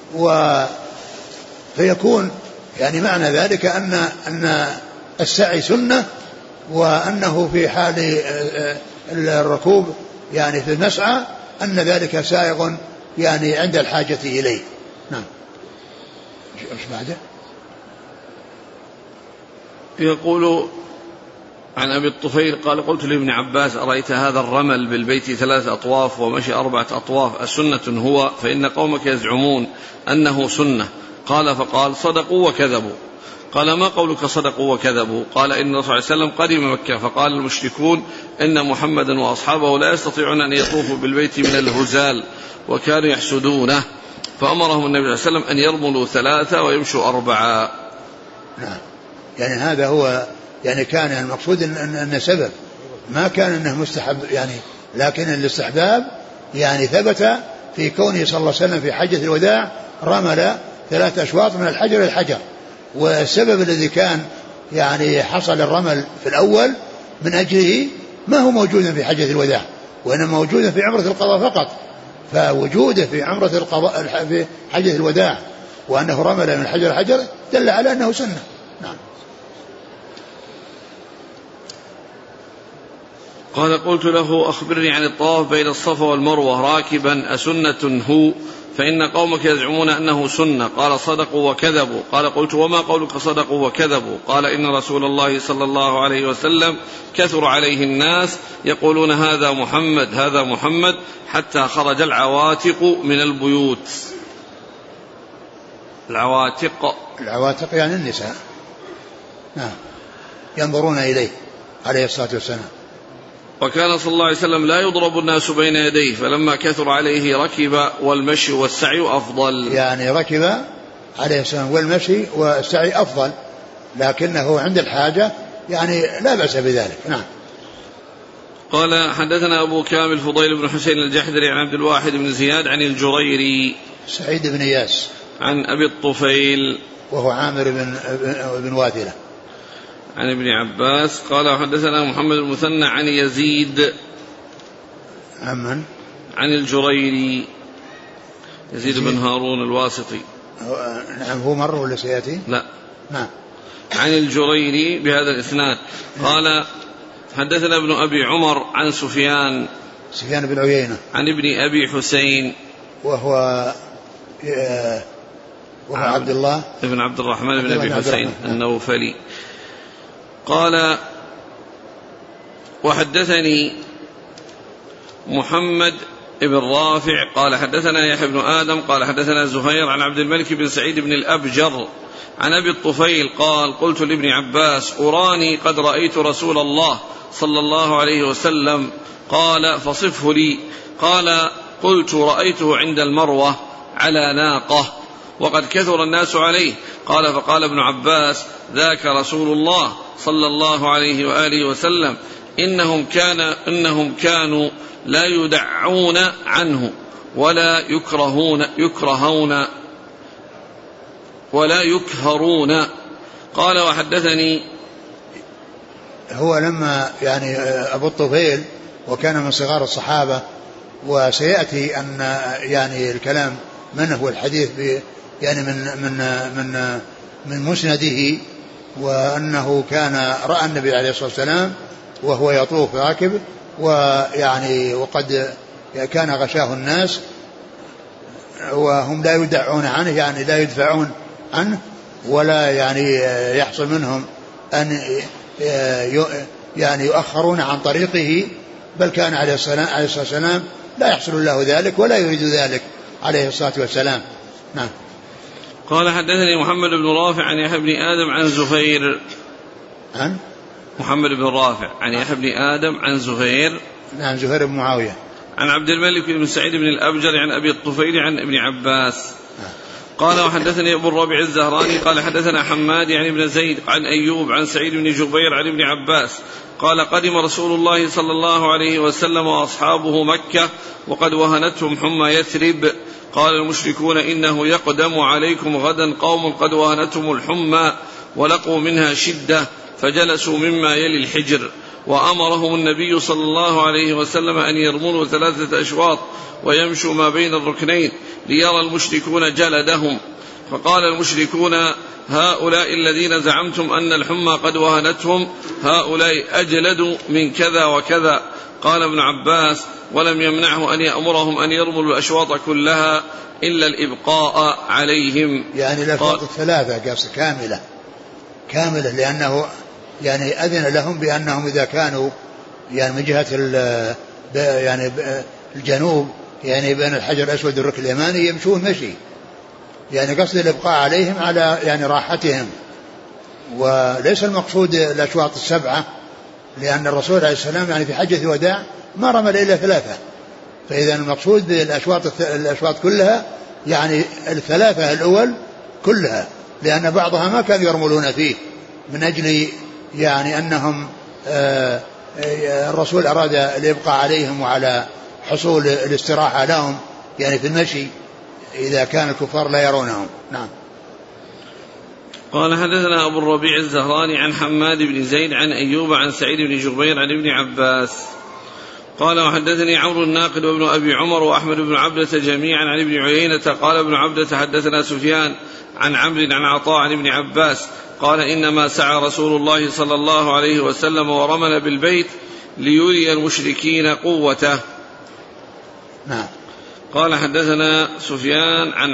فيكون يعني معنى ذلك أن السعي سنة، وأنه في حال الركوب يعني في المسعى أن ذلك سائغ يعني عند الحاجة إليه. نعم. ايش بعده؟ يقول عن أبي الطفيل قال قلت لابن عباس أرأيت هذا الرمل بالبيت 3 أطواف ومشي 4 أطواف أسنة هو؟ فإن قومك يزعمون أنه سنة. قال فقال صدقوا وكذبوا. قال ما قولك صدقوا وكذبوا؟ قال إن الرسول صلى الله عليه وسلم قدم مكة فقال المشركون إن محمدا وأصحابه لا يستطيعون أن يطوفوا بالبيت من الهزال وكانوا يحسدونه، فأمرهم النبي صلى الله عليه وسلم أن يرملوا 3 ويمشوا 4. نعم. يعني هذا هو يعني كان المقصود أن سبب، ما كان أنه مستحب يعني، لكن الاستحباب يعني ثبت في كونه صلى الله عليه وسلم في حجة الوداع رمل 3 أشواط من الحجر إلى الحجر. والسبب الذي كان يعني حصل الرمل في الأول من أجله ما هو موجود في حجة الوداع، وإنما موجود في عمرة القضاء فقط. فوجوده في عمرة القضاء في حجة الوداع وأنه رمل من الحجر الحجر دل على أنه سنة. نعم. قال قلت له أخبرني عن الطواف بين الصفا والمروة راكبا أسنة هو؟ فإن قومك يزعمون أنه سنة. قال صدقوا وكذبوا. قال قلت وما قولك صدقوا وكذبوا؟ قال إن رسول الله صلى الله عليه وسلم كثر عليه الناس يقولون هذا محمد هذا محمد حتى خرج العواتق من البيوت. العواتق يعني النساء. نعم. ينظرون إليه عليه الصلاة والسلام. وكان صلى الله عليه وسلم لا يضرب الناس بين يديه، فلما كثر عليه ركب والمشي والسعي أفضل. يعني ركب عليه السلام والمشي والسعي أفضل، لكنه عند الحاجة يعني لا بأس بذلك. نعم. قال حدثنا أبو كامل فضيل بن حسين الجحدري عن عبد الواحد بن زياد عن الجريري سعيد بن إياس عن أبي الطفيل وهو عامر بن واثلة عن ابن عباس. قال حدثنا محمد المثنى عن يزيد عن الجريري يزيد بن هارون الواسطي. نعم. هو مر ولا سيأتي؟ لا. نعم. عن الجريري بهذا الإسناد. قال حدثنا ابن أبي عمر عن سفيان بن عيينة عن ابن أبي حسين وهو عبد الله ابن عبد الرحمن بن أبي حسين النوفلي. قال وحدثني محمد بن رافع قال حدثنا يحيى بن آدم قال حدثنا زهير عن عبد الملك بن سعيد بن الأبجر عن أبي الطفيل قال قلت لابن عباس أراني قد رأيت رسول الله صلى الله عليه وسلم. قال فصفه لي. قال قلت رأيته عند المروة على ناقة وقد كثر الناس عليه. قال فقال ابن عباس ذاك رسول الله صلى الله عليه وآله وسلم إنهم كانوا لا يدعون عنه ولا يكهرون. قال وحدثني هو لما يعني أبو الطفيل وكان من صغار الصحابة، وسيأتي أن يعني الكلام منه والحديث يعني من مسنده، وأنه كان رأى النبي عليه الصلاة والسلام وهو يطوف راكب، ويعني وقد كان غشاه الناس وهم لا يدعون عنه، يعني لا يدفعون عنه ولا يعني يحصل منهم أن يعني يؤخرون عن طريقه، بل كان عليه الصلاة والسلام لا يحصل له ذلك ولا يريد ذلك عليه الصلاة والسلام. نعم. قال حدثني محمد بن رافع عن يحيى بن آدم عن زهير عن محمد بن رافع عن يحيى بن آدم عن زهير نعم زهير بن معاوية عن عبد الملك بن سعيد بن الأبجر عن أبي الطفيل عن ابن عباس. قال وحدثني أبو الربيع الزهراني قال حدثنا حماد يعني ابن زيد عن أيوب عن سعيد بن جبير عن ابن عباس قال قدم رسول الله صلى الله عليه وسلم وأصحابه مكة وقد وهنتهم حمى يثرب. قال المشركون إنه يقدم عليكم غدا قوم قد وهنتهم الحمى ولقوا منها شدة فجلسوا مما يلي الحجر، وأمرهم النبي صلى الله عليه وسلم أن يرملوا 3 أشواط ويمشوا ما بين الركنين ليرى المشركون جلدهم. فقال المشركون هؤلاء الذين زعمتم أن الحمى قد وهنتهم هؤلاء أجلد من كذا وكذا. قال ابن عباس ولم يمنعه أن يأمرهم أن يرملوا الأشواط كلها إلا الإبقاء عليهم. يعني الأشواط 3 قصة كاملة لأنه يعني أذن لهم بأنهم إذا كانوا يعني من جهة يعني الجنوب يعني بين الحجر الأسود والركن اليماني يمشون مشي، يعني قصد الإبقاء عليهم على يعني راحتهم، وليس المقصود الأشواط 7، لأن الرسول عليه السلام يعني في حجة الوداع ما رمل إلا 3، فإذا المقصود بالأشواط كلها يعني 3 الأول كلها، لأن بعضها ما كانوا يرملون فيه من أجل يعني أنهم الرسول أراد الإبقاء عليهم وعلى حصول الاستراحة لهم يعني في المشي إذا كان الكفار لا يرونهم. نعم. قال حدثنا أبو الربيع الزهراني عن حماد بن زيد عن أيوب عن سعيد بن جبير عن ابن عباس قال وحدثني عمرو الناقد وابن أبي عمر وأحمد بن عبدة جميعا عن ابن عيينة قال ابن عبدة حدثنا سفيان عن عمرو عن عطاء عن ابن عباس قال إنما سعى رسول الله صلى الله عليه وسلم ورمل بالبيت ليري المشركين قوته. نعم. قال حدثنا سفيان عن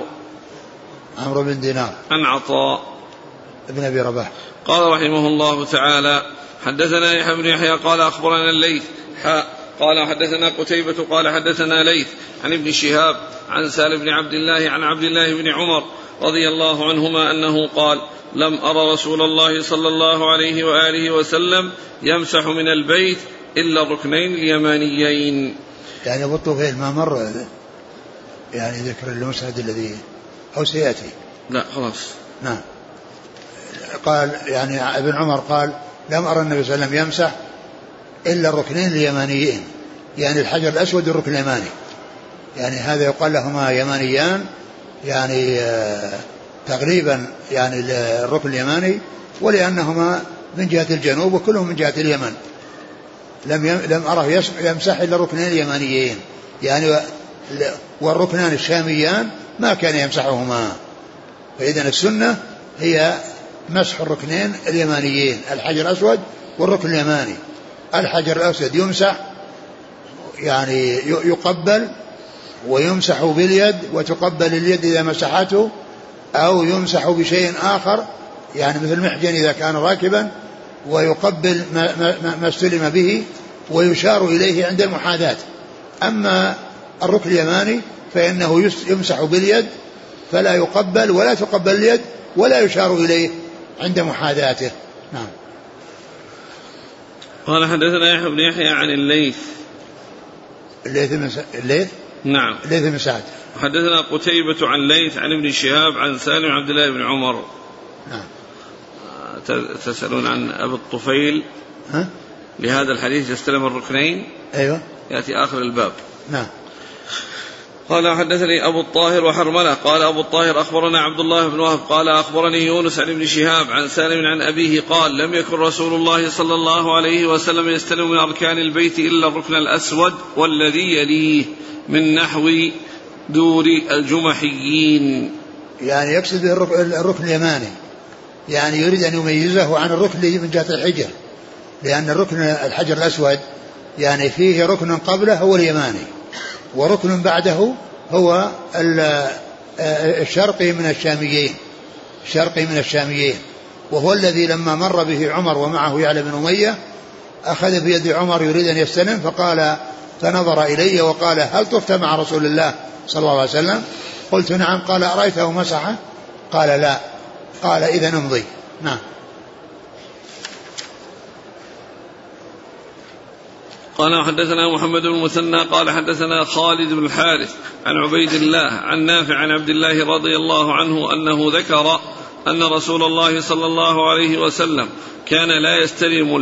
عمرو بن دينار عن عطاء ابن أبي رباح قال رحمه الله تعالى حدثنا يحيى بن يحيى قال أخبرنا الليث قال حدثنا قتيبة قال حدثنا ليث عن ابن شهاب عن سالم بن عبد الله عن عبد الله بن عمر رضي الله عنهما أنه قال لم أرى رسول الله صلى الله عليه وآله وسلم يمسح من البيت إلا الركنين اليمانيين. يعني أبو الطفيل ما مر يعني ذكر المسند الذي أو سيأتي. لا خلاص. نعم. قال يعني ابن عمر قال لم أرى النبي صلى الله عليه وسلم يمسح إلا الركنين اليمانيين يعني الحجر الأسود والركن اليماني يعني هذا يقال لهما يمانيان يعني تقريبا يعني الركن اليماني ولأنهما من جهة الجنوب وكلهم من جهة اليمن لم أره يمسح إلا الركنين اليمانيين يعني والركنان الشاميان ما كان يمسحهما. فإذن السنة هي مسح الركنين اليمانيين الحجر الأسود والركن اليماني. الحجر الأسود يمسح يعني يقبل ويمسح باليد وتقبل اليد إذا مسحته أو يمسح بشيء آخر يعني مثل محجن إذا كان راكبا ويقبل ما استلم به ويشار إليه عند المحاذاة. أما الركن اليماني فإنه يمسح باليد فلا يقبل ولا تقبل اليد ولا يشار إليه عند محاذاته. نعم. قال حدثنا يحيى بن يحيى عن الليث نعم الليث بن سعد حدثنا قتيبة عن ليث عن ابن شهاب عن سالم عبد الله بن عمر. نعم. تسألون عن أبي الطفيل لهذا الحديث يستلم الركنين. أيوة يأتي آخر الباب. نعم. قال حدثني أبو الطاهر وحرملة قال أبو الطاهر أخبرنا عبد الله بن وهب قال أخبرني يونس عن ابن شهاب عن سالم عن أبيه قال لم يكن رسول الله صلى الله عليه وسلم يستلم من أركان البيت إلا الركن الأسود والذي يليه من نحو دور الجمحيين يعني يقصد الركن اليماني يعني يريد أن يميزه عن الركن من جهة الحجر لأن الركن الحجر الأسود يعني فيه ركن قبله هو اليماني وركن بعده هو الشرقي من الشاميين وهو الذي لما مر به عمر ومعه يعلى بن أمية أخذ بيد عمر يريد أن يستلم فنظر إلي وقال هل طفت مع رسول الله صلى الله عليه وسلم؟ قلت نعم. قال أرأيته مسحه؟ قال لا. قال إذا نمضي. نعم. قال حدثنا محمد بن المثنى قال حدثنا خالد بن الحارث عن عبيد الله عن نافع عن عبد الله رضي الله عنه أنه ذكر أن رسول الله صلى الله عليه وسلم كان لا يستلم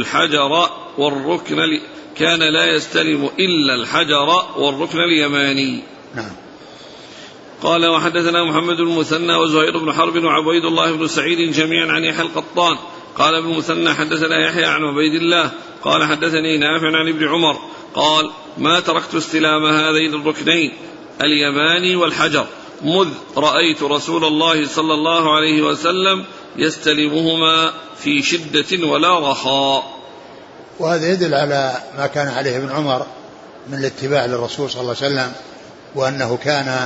إلا الحجر والركن اليماني. نعم. قال وحدثنا محمد بن المثنى وزهير بن حرب وعبيد الله بن سعيد جميعا عن يحيى القطان قال ابن المثنى حدثنا يحيى عن عبيد الله قال حدثني نافع عن ابن عمر قال ما تركت استلام هذين الركنين اليماني والحجر مذ رأيت رسول الله صلى الله عليه وسلم يستلمهما في شدة ولا رخاء. وهذا يدل على ما كان عليه ابن عمر من الاتباع للرسول صلى الله عليه وسلم وأنه كان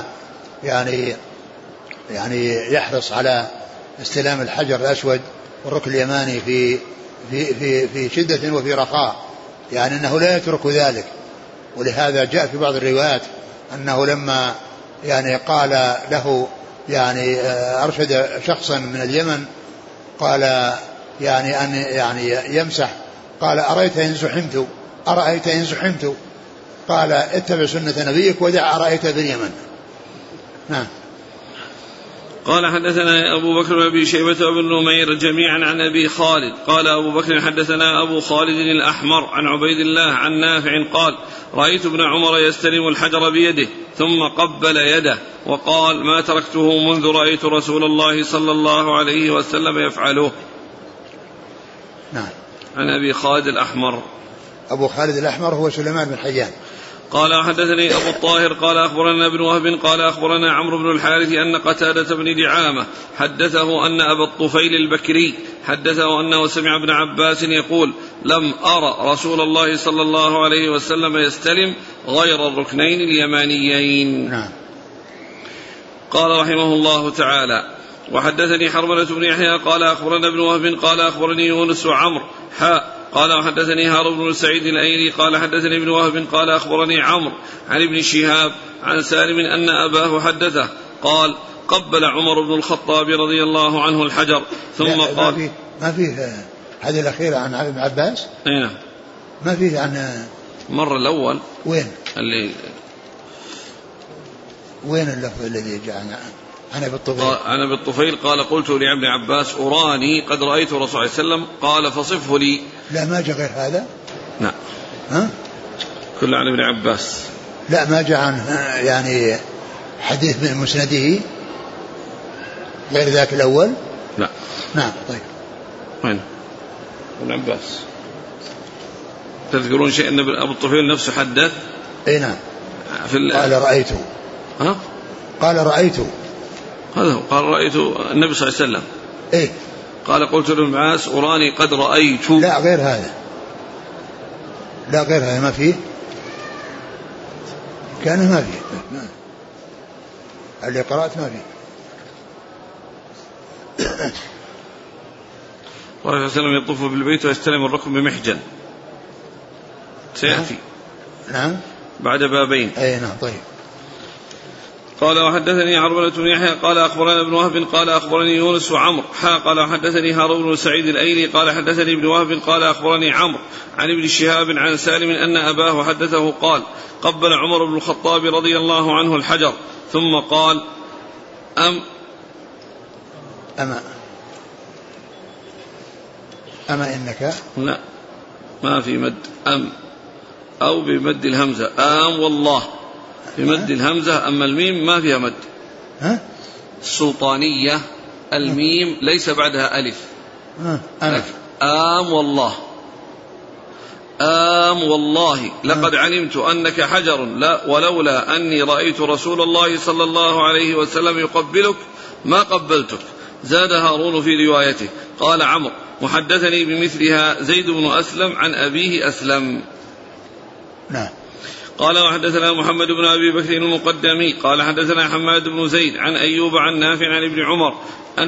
يعني يحرص على استلام الحجر الأسود والركن اليماني في شدة وفي رخاء يعني أنه لا يترك ذلك. ولهذا جاء في بعض الروايات أنه لما يعني قال له يعني أرشد شخصا من اليمن قال يعني أن يعني يمسح قال أرأيت إن زحمت قال اتبع سنة نبيك ودع أرأيت باليمن. نعم. قال حدثنا أبو بكر بن أبي شيبة وابن نمير جميعا عن أبي خالد قال أبو بكر حدثنا أبو خالد الأحمر عن عبيد الله عن نافع قال رأيت ابن عمر يستلم الحجر بيده ثم قبل يده وقال ما تركته منذ رأيت رسول الله صلى الله عليه وسلم يفعله. نعم. عن أبي خالد الأحمر. أبو خالد الأحمر هو سليمان بن حيان. قال حدثني أبو الطاهر قال أخبرنا ابن وهب قال أخبرنا عمرو بن الحارث أن قتادة بن دعامة حدثه أن أبا الطفيل البكري حدثه أنه سمع ابن عباس يقول لم أرى رسول الله صلى الله عليه وسلم يستلم غير الركنين اليمانيين. نعم. قال رحمه الله تعالى وحدثني حرملة بن يحيى قال أخبرنا ابن وهب قال أخبرني يونس وعمرو قال وحدثني هارون بن سعيد الأيلي قال حدثني ابن وهب قال أخبرني عمرو عن ابن شهاب عن سالم أن أباه حدثه قال قبل عمر بن الخطاب رضي الله عنه الحجر ثم قال ما فيه هذه الأخيرة عن ابن عباس. نعم. ما فيه عن مرة الأول وين اللفظ الذي جاء عن ابي الطفيل قال قلت لابن عباس أراني قد رأيت رسول الله صلى الله عليه وسلم قال فصفه لي. لا ما جاء غير هذا. نعم. ها كل عن ابن عباس. لا ما جاء عن يعني حديث من مسنده غير ذاك الأول. لا. نعم. طيب وين ابن عباس تذكرون شيء أن أبو الطفيل نفسه حدث؟ اي نعم. قال رأيته. ها قال رأيته. هذا قال رأيت النبي صلى الله عليه وسلم. إيه؟ قال قلت لابن عباس أراني قد رأيت. لا غير هذا. لا غير هذا ما فيه. كان ما فيه. اللي قرأت ما فيه. والرسول صلى الله عليه وسلم يطوف بالبيت ويستلم الركن بمحجن سيأتي. نعم. بعد بابين. أي نعم. طيب. قال وحدثني حرملة بن يحيى قال أخبرنا ابن وهب قال أخبرني يونس وعمرو قال وحدثني هارون بن سعيد الأيلي قال حدثني ابن وهب قال أخبرني عمرو عن ابن شهاب عن سالم أن أباه حدثه قال قبل عمر بن الخطاب رضي الله عنه الحجر ثم قال أما إنك. لا ما في مد أو بمد الهمزة والله بمد الهمزة أما الميم ما فيها مد. السلطانية الميم ليس بعدها ألف. والله لقد علمت أنك حجر ولولا أني رأيت رسول الله صلى الله عليه وسلم يقبلك ما قبلتك. زاد هارون في روايته. قال عمرو وحدثني بمثلها زيد بن أسلم عن أبيه أسلم. نعم. قال وحدثنا محمد بن أبي بكر المقدمي قال حدثنا حماد بن زيد عن أيوب عن نافع عن ابن عمر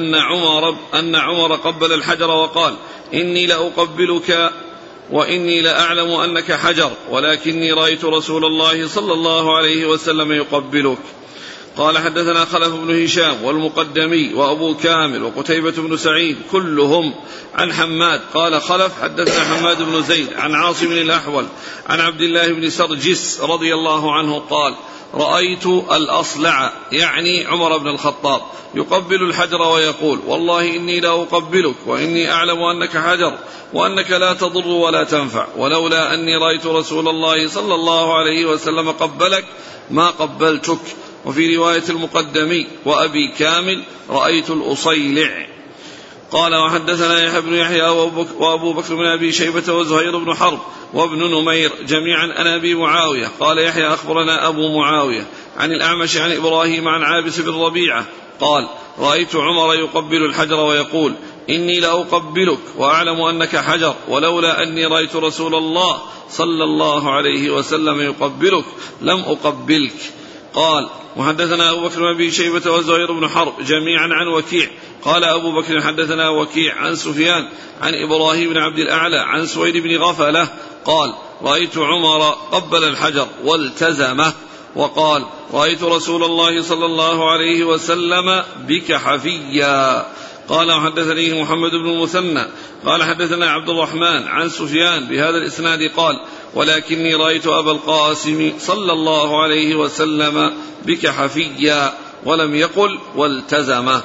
أن عمر قبل الحجر وقال إني لأقبلك وإني لأعلم أنك حجر ولكني رأيت رسول الله صلى الله عليه وسلم يقبلك. قال حدثنا خلف بن هشام والمقدمي وأبو كامل وقتيبة بن سعيد كلهم عن حماد قال خلف حدثنا حماد بن زيد عن عاصم الأحول عن عبد الله بن سرجس رضي الله عنه قال رأيت الأصلع يعني عمر بن الخطاب يقبل الحجر ويقول والله إني لا أقبلك وإني أعلم أنك حجر وأنك لا تضر ولا تنفع ولولا أني رأيت رسول الله صلى الله عليه وسلم قبلك ما قبلتك. وفي رواية المقدمي وأبي كامل رأيت الأصيلع. قال وحدثنا يحيى بن يحيى وأبو بكر بن أبي شيبة وزهير بن حرب وابن نمير جميعا عن أبي معاوية قال يحيى أخبرنا أبو معاوية عن الأعمش عن إبراهيم عن عابس بن ربيعة قال رأيت عمر يقبل الحجر ويقول إني لأقبلك وأعلم أنك حجر ولولا أني رأيت رسول الله صلى الله عليه وسلم يقبلك لم أقبلك. قال وحدثنا أبو بكر بن أبي شيبة وزهير بن حرب جميعا عن وكيع قال أبو بكر حدثنا وكيع عن سفيان عن إبراهيم بن عبد الأعلى عن سويد بن غفلة قال رأيت عمر قبل الحجر والتزمه وقال رأيت رسول الله صلى الله عليه وسلم بك حفيا. قال وحدثني محمد بن المثنى قال حدثنا عبد الرحمن عن سفيان بهذا الإسناد قال ولكني رأيت أبا القاسم صلى الله عليه وسلم بك حفيا ولم يقل والتزم.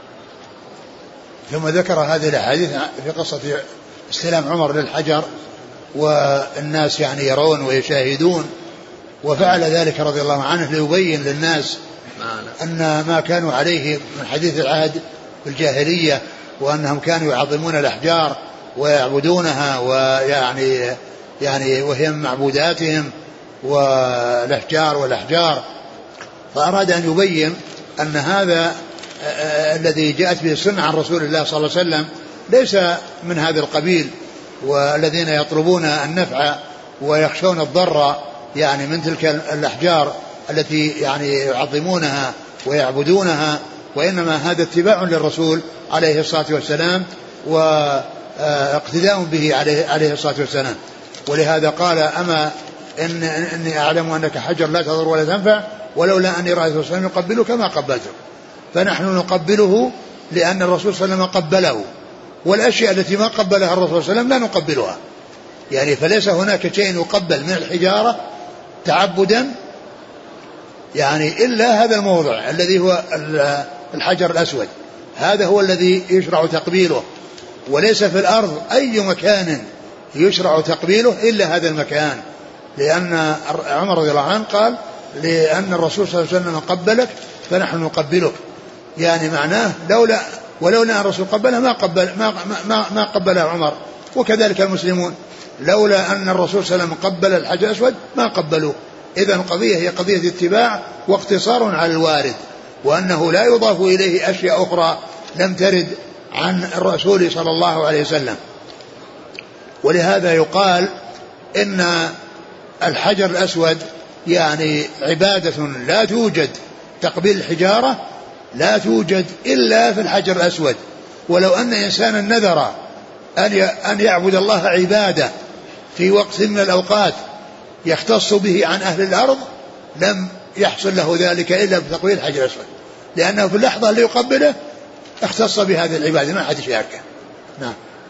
ثم ذكر هذه الأحاديث في قصة استلام عمر للحجر والناس يعني يرون ويشاهدون، وفعل ذلك رضي الله عنه ليبين للناس أن ما كانوا عليه من حديث العهد في الجاهلية، وأنهم كانوا يعظمون الأحجار ويعبدونها ويعني وهي من معبوداتهم والأحجار، فأراد أن يبين أن هذا الذي جاءت به السنة عن رسول الله صلى الله عليه وسلم ليس من هذا القبيل، والذين يطلبون النفع ويخشون الضر يعني من تلك الأحجار التي يعني يعظمونها ويعبدونها، وإنما هذا اتباع للرسول عليه الصلاة والسلام واقتداء به عليه الصلاة والسلام. ولهذا قال أما إني أعلم أنك حجر لا تضر ولا تنفع ولولا أني رأيت الرسول يقبلك ما قبلته. فنحن نقبله لأن الرسول صلى الله عليه وسلم قبله، والأشياء التي ما قبلها الرسول صلى الله عليه وسلم لا نقبلها، يعني فليس هناك شيء يقبل من الحجارة تعبدا يعني إلا هذا الموضع الذي هو الحجر الأسود، هذا هو الذي يشرع تقبيله، وليس في الأرض أي مكان يشرع تقبيله إلا هذا المكان، لأن عمر رضي الله عنه قال لأن الرسول صلى الله عليه وسلم قبلك فنحن نقبلك، يعني معناه ولولا أن الرسول قبله ما قبله عمر، وكذلك المسلمون لولا أن الرسول صلى الله عليه وسلم قبل الحجر الأسود ما قبلوه. إذن القضية هي قضية اتباع واقتصار على الوارد، وأنه لا يضاف إليه أشياء أخرى لم ترد عن الرسول صلى الله عليه وسلم. ولهذا يقال إن الحجر الأسود يعني عبادة لا توجد، تقبيل الحجارة لا توجد إلا في الحجر الأسود، ولو أن إنسانا نذر أن يعبد الله عبادة في وقت من الأوقات يختص به عن أهل الأرض لم يحصل له ذلك إلا بتقبيل الحجر الأسود، لأنه في اللحظة اللي يقبله اختص بهذه العبادة ما حد يشاركه. نعم.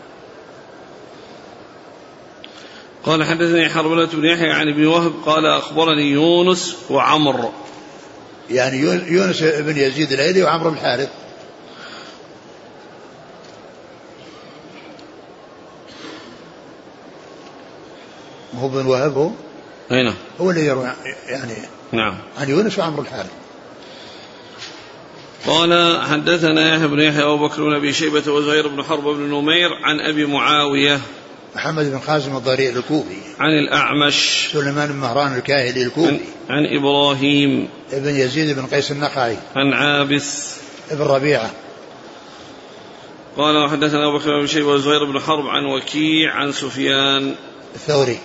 قال حدثني حرملة بن يحيى عن ابن وهب قال أخبرني يونس وعمر، يعني يونس بن يزيد الأيلي وعمر بن الحارث. هو بن وهب هو اللي يروي يعني نعم عن يونس وعمر الحارث. قال حدثنا يحيى بن يحيى وأبو بكر بن أبي شيبة وزهير بن حرب بن نمير عن أبي معاوية محمد بن خازم الضرير الكوفي عن الأعمش سليمان بن مهران الكاهلي الكوفي عن إبراهيم ابن يزيد بن قيس النخعي عن عابس ابن ربيعة. قال وحدثنا أبو بكر بن أبي شيبة وزهير بن حرب عن وكيع عن سفيان الثوري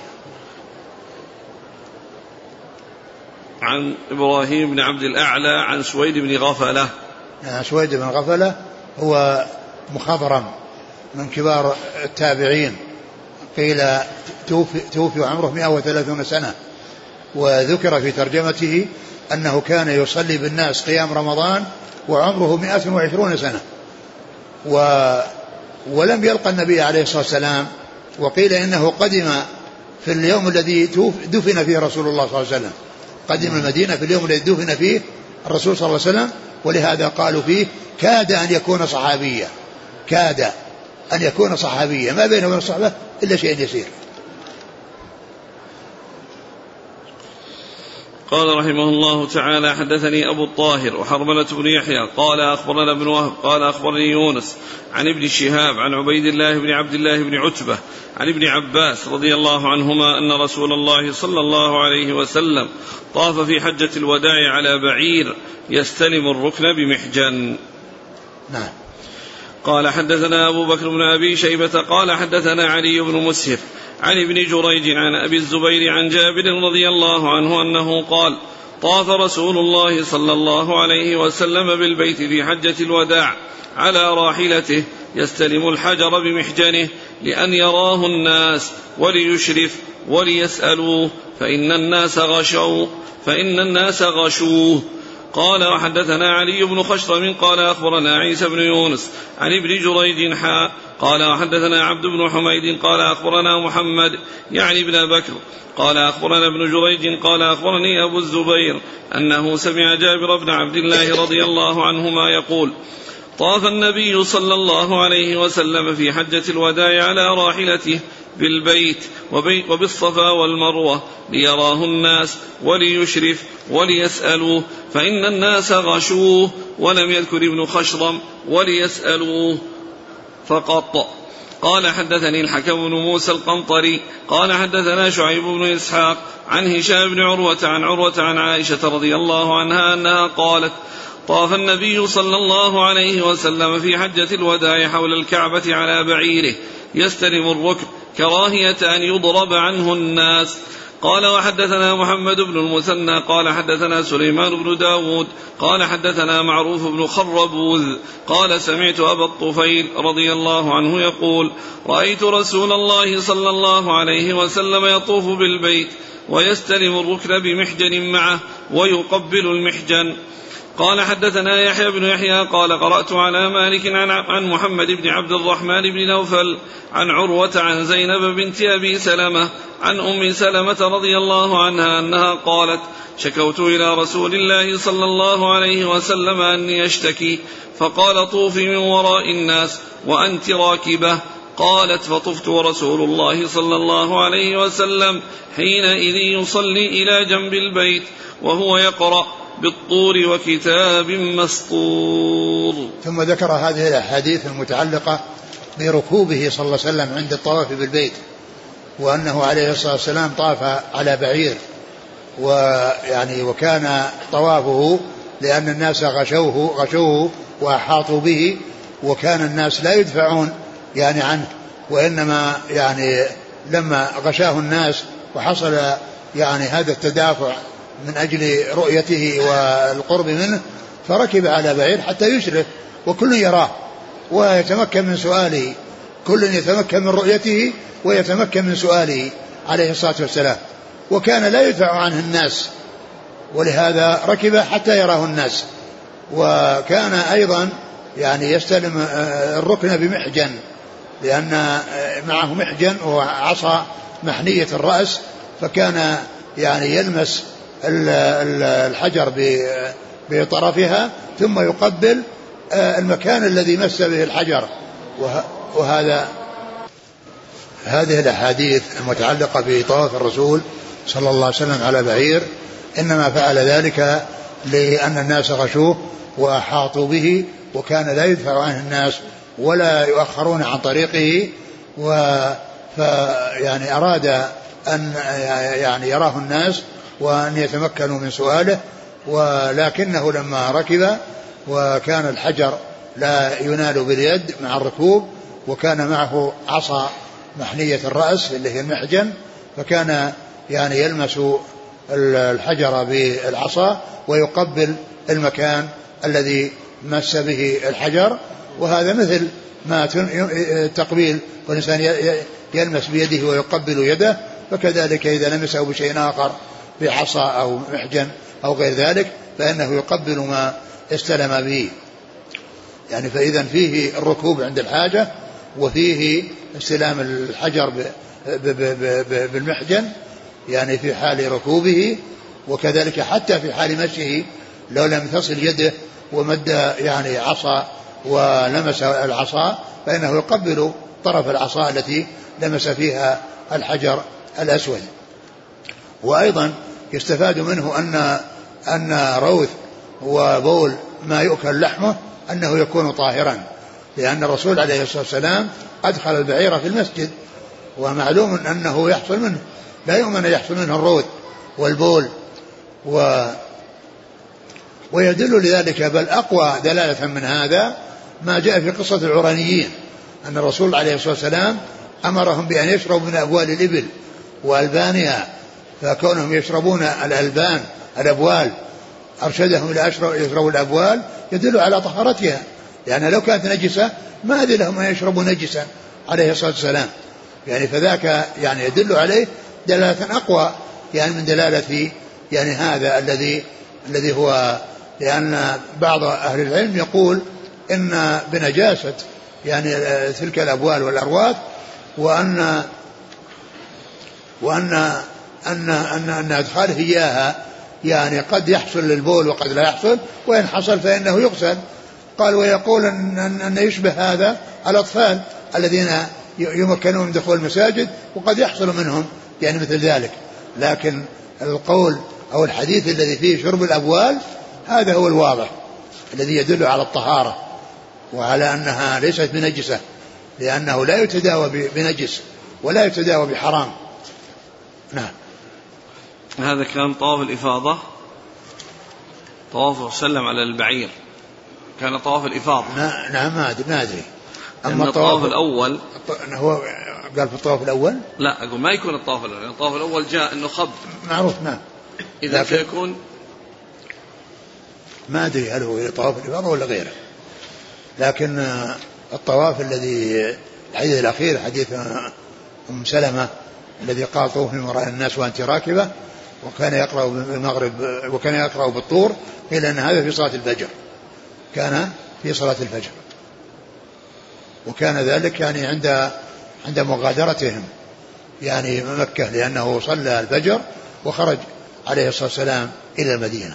عن إبراهيم بن عبد الأعلى عن سويد بن غفلة. سويد بن غفلة هو مخضرم من كبار التابعين، قيل توفي وعمره 130 سنة، وذكر في ترجمته أنه كان يصلي بالناس قيام رمضان وعمره 120 سنة، ولم يلقى النبي عليه الصلاة والسلام، وقيل إنه قدم في اليوم الذي دفن فيه رسول الله صلى الله عليه وسلم، قدم المدينة في اليوم الذي دفن فيه الرسول صلى الله عليه وسلم، ولهذا قالوا فيه كاد أن يكون صحابيا، كاد أن يكون صحابيا، ما بينه وبين الصحابة إلا شيء يسير. قال رحمه الله تعالى حدثني أبو الطاهر وحرملة بن يحيى قال أخبرنا ابن وهب قال أخبرني يونس عن ابن شهاب عن عبيد الله بن عبد الله بن عتبة عن ابن عباس رضي الله عنهما أن رسول الله صلى الله عليه وسلم طاف في حجة الوداع على بعير يستلم الركن بمحجن. نعم. قال حدثنا أبو بكر بن أبي شيبة قال حدثنا علي بن مسهر عن ابن جريج عن أبي الزبير عن جابر رضي الله عنه أنه قال طاف رسول الله صلى الله عليه وسلم بالبيت في حجة الوداع على راحلته يستلم الحجر بمحجنه لأن يراه الناس وليشرف وليسألوه فإن الناس غشوه. قال وحدثنا علي بن خشرم قال أخبرنا عيسى بن يونس عن ابن جريج قال وحدثنا عبد بن حميد قال أخبرنا محمد يعني بن بكر قال أخبرنا ابن جريج قال أخبرني أبو الزبير أنه سمع جابر بن عبد الله رضي الله عنهما يقول طاف النبي صلى الله عليه وسلم في حجة الوداع على راحلته بالبيت وبالصفا والمروة ليراه الناس وليشرف وليسألوه فإن الناس غشوه، ولم يذكر ابن خشرم وليسألوه فقط. قال حدثني الحكم بن موسى القنطري قال حدثنا شعيب بن إسحاق عن هشام بن عروة عن عائشة رضي الله عنها أنها قالت طاف النبي صلى الله عليه وسلم في حجة الوداع حول الكعبة على بعيره يستلم الركب كراهية أن يضرب عنه الناس. قال وحدثنا محمد بن المثنى قال حدثنا سليمان بن داود قال حدثنا معروف بن خربوذ قال سمعت أبا الطفيل رضي الله عنه يقول رأيت رسول الله صلى الله عليه وسلم يطوف بالبيت ويستلم الركن بمحجن معه ويقبل المحجن. قال حدثنا يحيى بن يحيى قال قرأت على مالك عن محمد بن عبد الرحمن بن نوفل عن عروة عن زينب بنت أبي سلمة عن أم سلمة رضي الله عنها أنها قالت شكوت إلى رسول الله صلى الله عليه وسلم أني أشتكي فقال طوفي من وراء الناس وأنت راكبة. قالت فطفت ورسول الله صلى الله عليه وسلم حينئذ يصلي إلى جنب البيت وهو يقرأ بالطور وكتاب مسطور. ثم ذكر هذه الأحاديث المتعلقة بركوبه صلى الله عليه وسلم عند الطواف بالبيت، وأنه عليه الصلاة والسلام طاف على بعير، وكان طوافه لأن الناس غشوه وأحاطوا به، وكان الناس لا يدفعون عنه، وإنما لما غشاه الناس وحصل هذا التدافع من أجل رؤيته والقرب منه فركب على بعير حتى يشرف وكل يراه ويتمكن من سؤاله، كل يتمكن من رؤيته ويتمكن من سؤاله عليه الصلاة والسلام، وكان لا يدفع عنه الناس ولهذا ركب حتى يراه الناس. وكان أيضا يستلم الركن بمحجن، لأن معه محجن وعصا محنية الرأس، فكان يلمس الحجر بطرفها ثم يقبل المكان الذي مس به الحجر. هذه الأحاديث المتعلقة بطواف الرسول صلى الله عليه وسلم على بعير إنما فعل ذلك لأن الناس غشوه وأحاطوا به، وكان لا يدفع عنه الناس ولا يؤخرون عن طريقه، أراد أن يراه الناس وأن يتمكنوا من سؤاله، ولكنه لما ركب وكان الحجر لا ينال باليد مع الركوب، وكان معه عصا محنية الرأس اللي هي المحجن، فكان يلمس الحجر بالعصا ويقبل المكان الذي مس به الحجر. وهذا مثل ما التقبيل والإنسان يلمس بيده ويقبل يده، فكذلك إذا لمسه بشيء آخر بعصا أو محجن أو غير ذلك فإنه يقبل ما استلم به. فإذا فيه الركوب عند الحاجة، وفيه استلام الحجر بالمحجن في حال ركوبه، وكذلك حتى في حال مشيه لو لم تصل يده ومد عصا ولمس العصا فإنه يقبل طرف العصا التي لمس فيها الحجر الأسود. وأيضا يستفاد منه أن روث وبول ما يؤكل لحمه أنه يكون طاهرا، لأن الرسول عليه الصلاة والسلام أدخل البعير في المسجد، ومعلوم أنه يحصل منه لا يؤمن يحصل منه الروث والبول ويدل لذلك، بل أقوى دلالة من هذا ما جاء في قصة العرانيين، أن الرسول عليه الصلاة والسلام أمرهم بأن يشربوا من أبوال الإبل وألبانها، فكونهم يشربون الألبان الأبوال أرشدهم إلى يشربوا الأبوال يدل على طهارتها، لأن لو كانت نجسة ما أذن لهم أن يشربوا نجسا عليه الصلاة والسلام، فذاك يدل عليه دلالة أقوى من دلالة هذا الذي هو، لأن بعض أهل العلم يقول إن بنجاسة يعني تلك الأبوال والأرواث، وأن أدخاله إياها يعني قد يحصل للبول وقد لا يحصل، وإن حصل فإنه يغسل. قال ويقول أن يشبه هذا الأطفال الذين يمكنون من دخول المساجد وقد يحصل منهم يعني مثل ذلك. لكن القول أو الحديث الذي فيه شرب الأبوال هذا هو الواضح الذي يدل على الطهارة وعلى أنها ليست بنجسة، لأنه لا يتداوى بنجس ولا يتداوى بحرام. نعم. هذا كان طواف الإفاضة، طواف وسلم على البعير كان طواف الإفاضة. نعم ما أدري. أما الطواف الأول هو قال في الطواف الأول لا أقول ما يكون الطواف الأول، يعني الطواف الأول جاء أنه خب معروف. نعم. إذا سيكون ما أدري هل هو طواف الإفاضة ولا غيره، لكن الطواف الذي الحديث الأخير حديث أم سلمة الذي قال طوف من وراء الناس وأنت راكبة، وكان يقرأ بالمغرب وكان يقرأ بالطور، قيل أن هذا في صلاة الفجر، كان في صلاة الفجر، وكان ذلك يعني عند مغادرتهم يعني مكة، لأنه صلى الفجر وخرج عليه الصلاة والسلام إلى المدينة.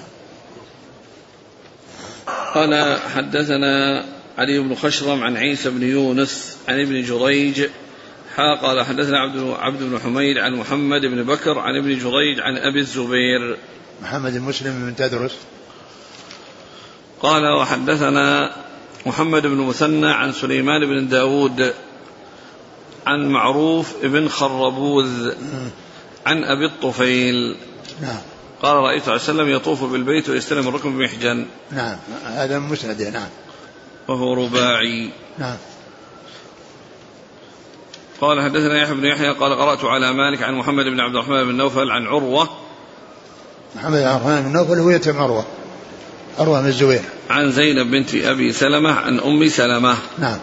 قال حدثنا علي بن خشرم عن عيسى بن يونس عن ابن جريج قال حدثنا عبد بن حميد عن محمد بن بكر عن ابن جريج عن أبي الزبير محمد المسلم بن تدرس. قال وحدثنا محمد بن مثنى عن سليمان بن داود عن معروف بن خربوذ عن أبي الطفيل. نعم. قال رأيت عليه وسلم يطوف بالبيت ويستلم الركن بمحجن. نعم هذا مسند. نعم. وهو رباعي. نعم. قال حدثنا يحيى بن يحيى قال قرأت على مالك عن محمد بن عبد الرحمن بن نوفل عن عروة. محمد بن عبد الرحمن بن نوفل هو يتم عروة من الزبير عن زينب بنت أبي سلمة عن أم سلمة. نعم.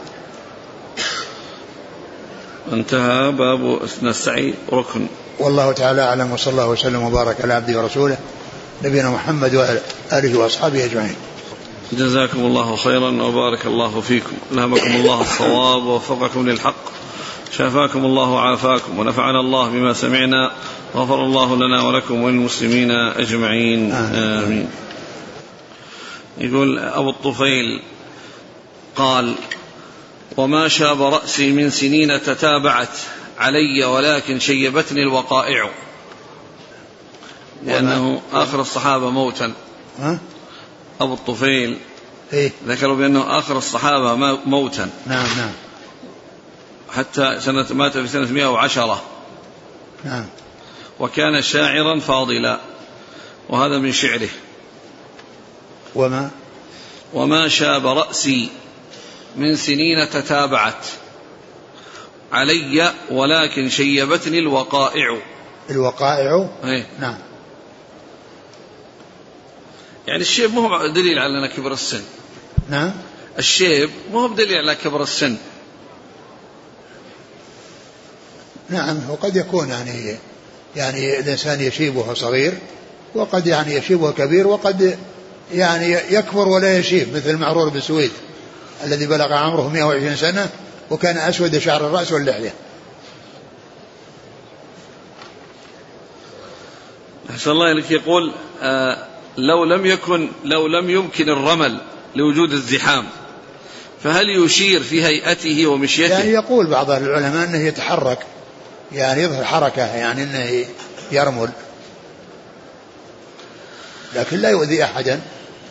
انتهى باب السعي ركن. والله تعالى أعلم، وصلى الله وسلم وبارك على عبده ورسوله نبينا محمد وعلى آله وأصحابه أجمعين. جزاكم الله خيرا وبارك الله فيكم، ألهمكم الله الصواب ووفقكم للحق، شافاكم الله وعافاكم، ونفعنا الله بما سمعنا، غفر الله لنا ولكم وللمسلمين أجمعين. آمين. يقول أبو الطفيل قال وما شاب رأسي من سنين تتابعت علي ولكن شيبتني الوقائع، لأنه آخر الصحابة موتا. أبو الطفيل ذكروا بأنه آخر الصحابة موتا. نعم. نعم. حتى مات في سنة 110. نعم. وكان شاعرا فاضلا، وهذا من شعره. وما شاب رأسي من سنين تتابعت علي ولكن شيبتني الوقائع. نعم. يعني الشيب مو هو دليل على أن كبر السن. نعم. الشيب مو هو دليل على كبر السن. نعم. وقد يكون يعني الإنسان يشيب وهو صغير، وقد يعني يشيب وهو كبير، وقد يعني يكبر ولا يشيب، مثل معرور بن سويد الذي بلغ عمره 120 سنة وكان أسود شعر الرأس واللحية. أحسن الله إليك. يقول لو لم يمكن الرمل لوجود الزحام، فهل يشير في هيئته ومشيته؟ يعني يقول بعض العلماء أنه يتحرك، يعني يظهر حركة، يعني أنه يرمل، لكن لا يؤذي أحدا.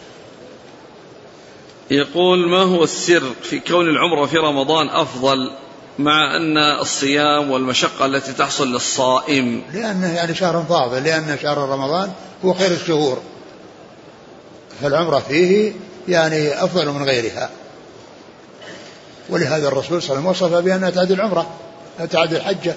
يقول ما هو السر في كون العمرة في رمضان أفضل مع أن الصيام والمشقة التي تحصل للصائم؟ لأنه يعني شهر فاضل، لأن شهر رمضان هو خير الشهور، فالعمرة فيه يعني أفضل من غيرها، ولهذا الرسول صلى الله عليه وسلم وصف بأنها تعدل العمرة لا تعدل الحجة.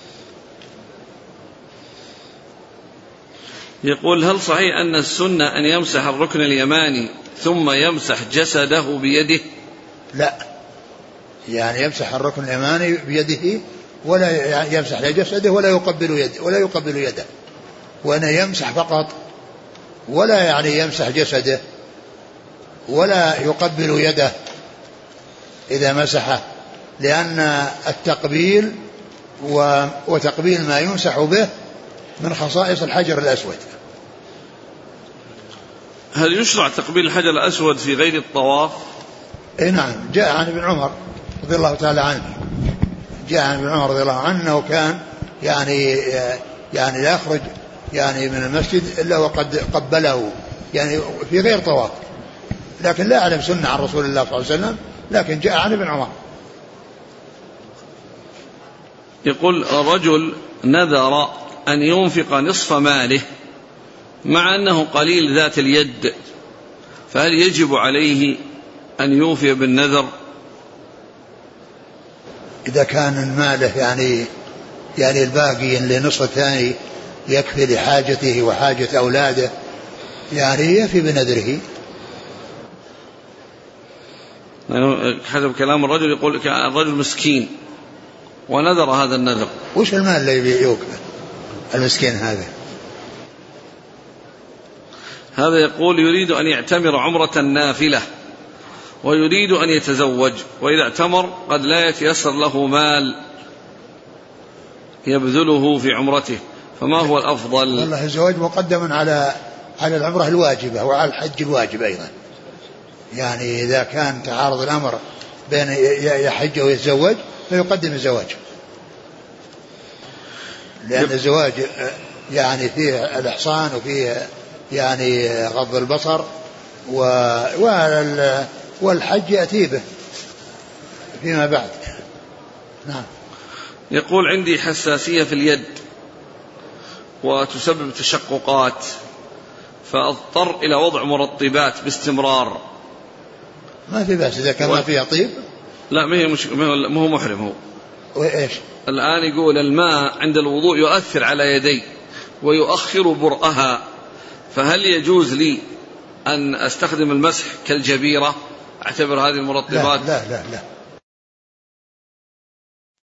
يقول هل صحيح أن السنة أن يمسح الركن اليماني ثم يمسح جسده بيده؟ لا، يعني يمسح الركن اليماني بيده ولا يمسح جسده ولا يقبل يده، وأنا يمسح فقط ولا يعني يمسح جسده ولا يقبل يده، إذا مسحه، لأن التقبيل وتقبيل ما يمسح به من خصائص الحجر الأسود. هل يشرع تقبيل الحجر الأسود في غير الطواف؟ اي نعم، جاء عن ابن عمر رضي الله تعالى عنه، جاء عن ابن عمر رضي الله عنه أنه كان يعني لا يخرج يعني من المسجد إلا وقد قبله يعني في غير طواف، لكن لا أعلم سنة عن رسول الله صلى الله عليه وسلم، لكن جاء عن ابن عمر. يقول رجل نذر أن ينفق نصف ماله مع أنه قليل ذات اليد، فهل يجب عليه أن يوفي بالنذر؟ إذا كان ماله يعني الباقي لنصف الثاني يكفي لحاجته وحاجة أولاده يعني يفي بنذره. حسب كلام الرجل يقول الرجل مسكين ونذر هذا النذر. وش المال اللي يوكل المسكين هذا؟ هذا يقول يريد أن يعتمر عمرة نافلة ويريد أن يتزوج، وإذا اعتمر قد لا يتيسر له مال يبذله في عمرته، فما هو الأفضل؟ والله الزواج مقدم على العمرة الواجبة وعلى الحج الواجب أيضا، يعني إذا كان تعارض الأمر بين يحج أو يتزوج فيقدم الزواج، لأن الزواج يعني فيه الإحصان وفيه يعني غض البصر والحج يأتي به فيما بعد. نعم. يقول عندي حساسية في اليد وتسبب تشققات، فأضطر إلى وضع مرطبات باستمرار. ما في بأس إذا كان ما فيها طيب. لا ما هو محرم هو. وإيش؟ الآن يقول الماء عند الوضوء يؤثر على يدي ويؤخر برأها، فهل يجوز لي أن أستخدم المسح كالجبيرة أعتبر هذه المرطبات؟ لا لا لا, لا.